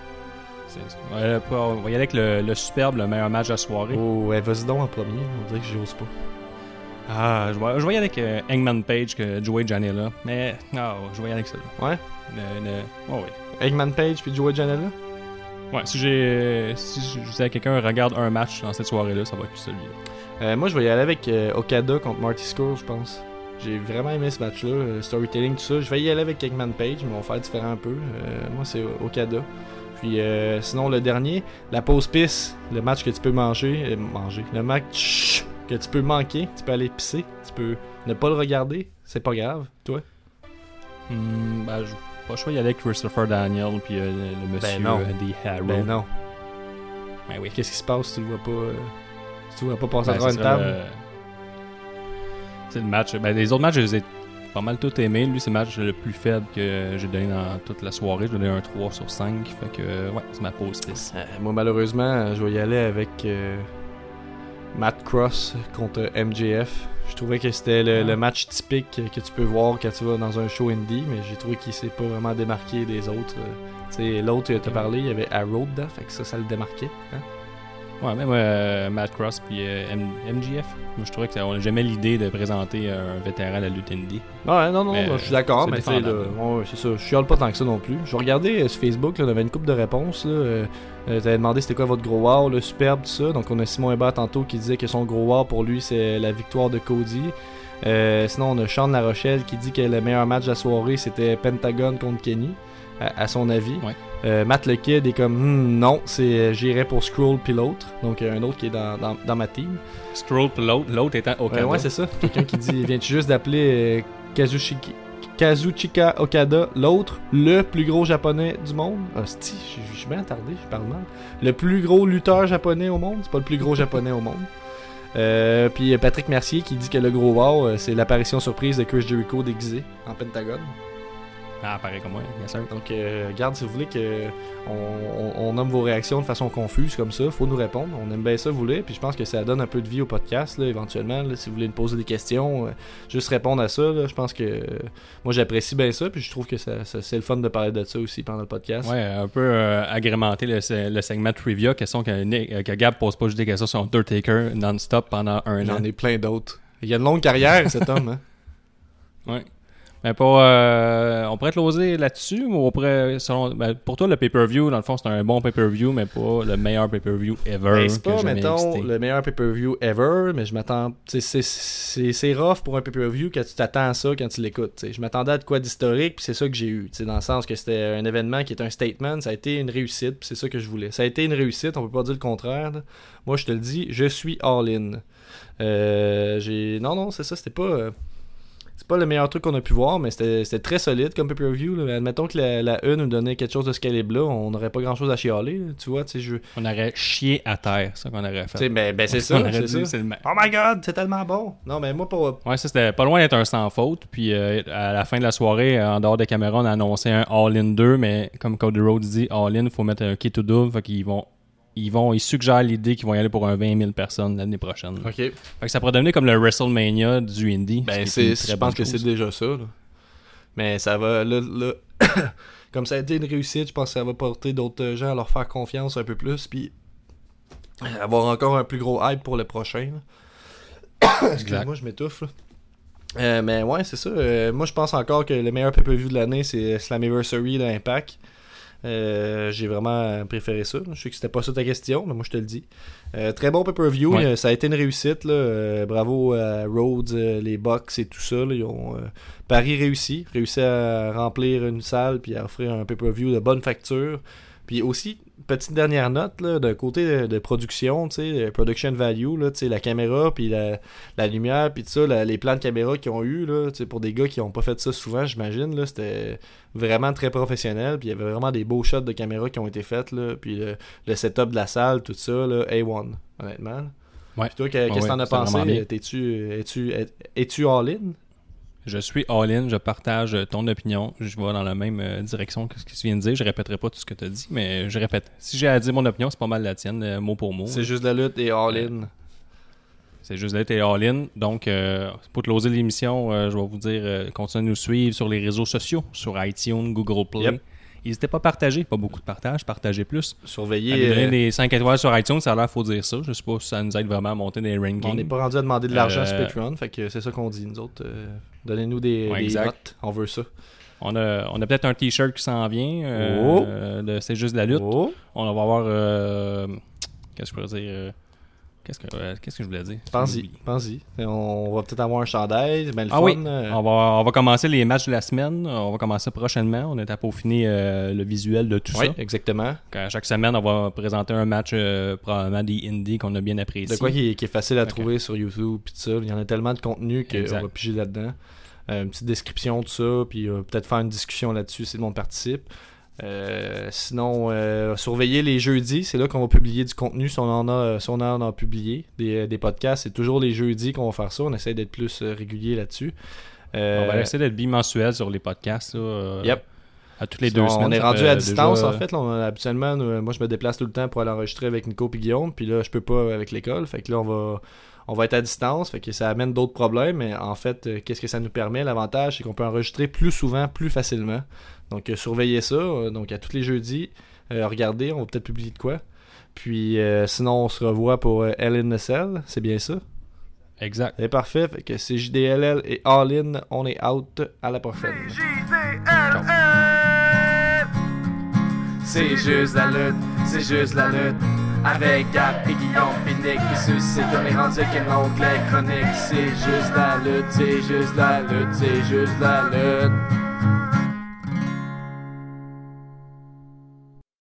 On va y aller avec le superbe, le meilleur match de la soirée. Oh, vas-y donc en premier. On dirait que j'ose pas. Je vais y aller avec Hangman Page que Joey Janela. Mais je vais y aller avec ça. Là. Ouais? Ouais. Hangman Page puis Joey Janela? Ouais, si je disais à quelqu'un regarde un match dans cette soirée-là, ça va être celui-là. Moi, je vais y aller avec Okada contre Marty Scurll, je pense. J'ai vraiment aimé ce match-là, storytelling, tout ça. Je vais y aller avec Hangman Page, mais on va faire différent un peu. Moi, c'est Okada. Puis sinon, le dernier, la pause pisse, le match que tu peux manger, le match que tu peux manquer, tu peux aller pisser, tu peux ne pas le regarder, c'est pas grave, toi? J'ai pas le choix d'y aller avec Christopher Daniel puis le monsieur Eddie Harrow. Ben non. Ben oui. Qu'est-ce qui se passe si tu le vois pas si tu le vois pas passer à travers une table? C'est le match. Ben les autres matchs, je les ai pas mal tout aimés. Lui, c'est le match le plus faible que j'ai donné dans toute la soirée. J'ai donné un 3 sur 5. Fait que c'est ma pause piste. Moi, malheureusement, je vais y aller avec Matt Cross contre MJF. Je trouvais que c'était le match typique que tu peux voir quand tu vas dans un show indie, mais j'ai trouvé qu'il s'est pas vraiment démarqué des autres. L'autre, tu as parlé, il y avait Arrow dedans, fait que ça le démarquait. Hein? Ouais, même Matt Cross puis MJF. Moi, je trouvais que j'aimais l'idée de présenter un vétéran à la lutte indie. Ouais, non, je suis d'accord, mais c'est ça. Je chiale pas tant que ça non plus. Je regardais sur Facebook, là, on avait une couple de réponses. T'avais demandé c'était quoi votre gros wow, le superbe, tout ça. Donc on a Simon Hébert tantôt qui disait que son gros wow pour lui c'est la victoire de Cody. Sinon on a Sean La Rochelle qui dit que le meilleur match de la soirée c'était Pentagon contre Kenny, à son avis. Ouais. Matt Le Kid est comme non, j'irais pour Scroll puis l'autre. Donc un autre qui est dans ma team. Scroll puis l'autre étant Okada. Ouais, c'est ça. Quelqu'un qui dit viens-tu juste d'appeler Kazuchika Okada, l'autre, le plus gros japonais du monde. Hostie, je suis bien attardé, je parle mal. Le plus gros lutteur japonais au monde, c'est pas le plus gros japonais au monde. Puis Patrick Mercier qui dit que le gros wow, c'est l'apparition surprise de Chris Jericho déguisé en Pentagone. Ah, pareil comme moi, bien sûr. Donc, regarde, si vous voulez que on nomme vos réactions de façon confuse comme ça, faut nous répondre. On aime bien ça, vous voulez. Puis je pense que ça donne un peu de vie au podcast, là, éventuellement. Là, si vous voulez nous poser des questions, juste répondre à ça. Là, je pense que moi, j'apprécie bien ça. Puis je trouve que c'est le fun de parler de ça aussi pendant le podcast. Ouais, un peu agrémenter le segment trivia. Question que Gab pose pas juste des questions sur Undertaker non-stop pendant un an. J'en ai plein d'autres. Il y a une longue carrière, cet homme. Hein? Ouais. Mais on pourrait closer là-dessus, ou pour toi, le pay-per-view, dans le fond, c'est un bon pay-per-view, mais pas le meilleur pay-per-view ever. C'est pas, mettons, le meilleur pay-per-view ever, mais je m'attends... C'est rough pour un pay-per-view quand tu t'attends à ça quand tu l'écoutes. T'sais. Je m'attendais à de quoi d'historique, puis c'est ça que j'ai eu. Dans le sens que c'était un événement qui est un statement, ça a été une réussite, puis c'est ça que je voulais. Ça a été une réussite, on peut pas dire le contraire. Là. Moi, je te le dis, je suis all-in. Non, c'est ça, c'était pas... C'est pas le meilleur truc qu'on a pu voir, mais c'était très solide comme pay-per-view. Là. Admettons que la E nous donnait quelque chose de ce calibre-là, on n'aurait pas grand-chose à chialer. Là, tu vois, on aurait chié à terre, ça qu'on aurait fait. Ben c'est ça. Oh my god, c'est tellement bon. Non, mais moi, pas... Ouais, ça, c'était pas loin d'être un sans faute. Puis à la fin de la soirée, en dehors des caméras, on a annoncé un All-In 2, mais comme Cody Rhodes dit, All-In, il faut mettre un kit to double, fait qu'ils ils suggèrent l'idée qu'ils vont y aller pour un 20 000 personnes l'année prochaine. OK. Fait que ça pourrait devenir comme le WrestleMania du indie. Ben, je pense que c'est déjà ça. Là. Mais ça va... Là, comme ça a été une réussite, je pense que ça va porter d'autres gens à leur faire confiance un peu plus, puis avoir encore un plus gros hype pour le prochain. Excuse-moi, je m'étouffe. Là. Mais ouais, c'est ça. Moi, je pense encore que le meilleur pay-per-view de l'année, c'est Slammiversary de Impact. J'ai vraiment préféré ça. Je sais que c'était pas ça ta question, mais moi je te le dis. Très bon pay-per-view. Ouais. Ça a été une réussite. Là. Bravo à Rhodes, les Bucks et tout ça. Là. Ils ont Paris réussi à remplir une salle puis à offrir un pay-per-view de bonne facture. Puis aussi, petite dernière note, là, d'un côté de production, tu sais, production value, là, tu sais, la caméra, puis la lumière, puis tout ça, les plans de caméra qu'ils ont eu, là, tu sais, pour des gars qui ont pas fait ça souvent, j'imagine, là, c'était vraiment très professionnel, puis il y avait vraiment des beaux shots de caméra qui ont été faits, là, puis le setup de la salle, tout ça, là, A1, honnêtement. Là. Ouais. Puis toi, qu'est-ce que t'en as pensé? Es-tu all-in? Je suis all-in, je partage ton opinion, je vais dans la même direction que ce que tu viens de dire. Je répéterai pas tout ce que tu as dit, mais je répète. Si j'ai à dire mon opinion, c'est pas mal la tienne, mot pour mot. C'est juste la lutte et all-in. C'est juste la lutte et all-in. Donc, pour closer l'émission, je vais vous dire, continuez à nous suivre sur les réseaux sociaux, sur iTunes, Google Play. Yep. N'hésitez pas à partager, pas beaucoup de partage, partagez plus. Surveillez. Donner des 5 étoiles sur iTunes, ça a l'air, faut dire ça. Je sais pas si ça nous aide vraiment à monter des rankings. On n'est pas rendu à demander de l'argent sur Patreon, fait que c'est ça qu'on dit, nous autres. Donnez-nous des notes, on veut ça. On a peut-être un t-shirt qui s'en vient, de C'est juste de la lutte. Oh. On va avoir... qu'est-ce que je pourrais dire Qu'est-ce que je voulais dire? Pense-y. On va peut-être avoir un chandail, c'est bien le fun. Oui, on va commencer les matchs de la semaine. On va commencer prochainement. On est à peaufiner le visuel de tout ça. Oui, exactement. Chaque semaine, on va présenter un match, probablement des indies qu'on a bien apprécié. De quoi qui est facile à trouver sur YouTube puis tout ça. Il y en a tellement de contenu qu'on va piger là-dedans. Une petite description, tout ça, puis peut-être faire une discussion là-dessus si le monde participe. Sinon, surveillez les jeudis, c'est là qu'on va publier du contenu si on en a publié des podcasts. C'est toujours les jeudis qu'on va faire ça. On essaie d'être plus régulier là-dessus. On va essayer d'être bimensuel sur les podcasts là, yep. À toutes les 2 semaines. On est rendu à distance déjà... en fait là, habituellement moi je me déplace tout le temps pour aller enregistrer avec Nico et Guillaume, puis là je peux pas avec l'école, fait que là on va être à distance, fait que ça amène d'autres problèmes, mais en fait, qu'est-ce que ça nous permet? L'avantage, c'est qu'on peut enregistrer plus souvent, plus facilement. Donc, surveillez ça. Donc, à tous les jeudis, regardez, on va peut-être publier de quoi. Puis, sinon, on se revoit pour Hell in the Cell, c'est bien ça? Exact. C'est parfait, fait que c'est JDLL et All In, on est out, à la prochaine. JDLL. C'est juste la lutte, c'est juste la lutte. Avec Gap et Guillaume Pinique qui suscite comme les rendus qui montent les chroniques. C'est juste la lutte, c'est juste la lutte, c'est juste la lutte.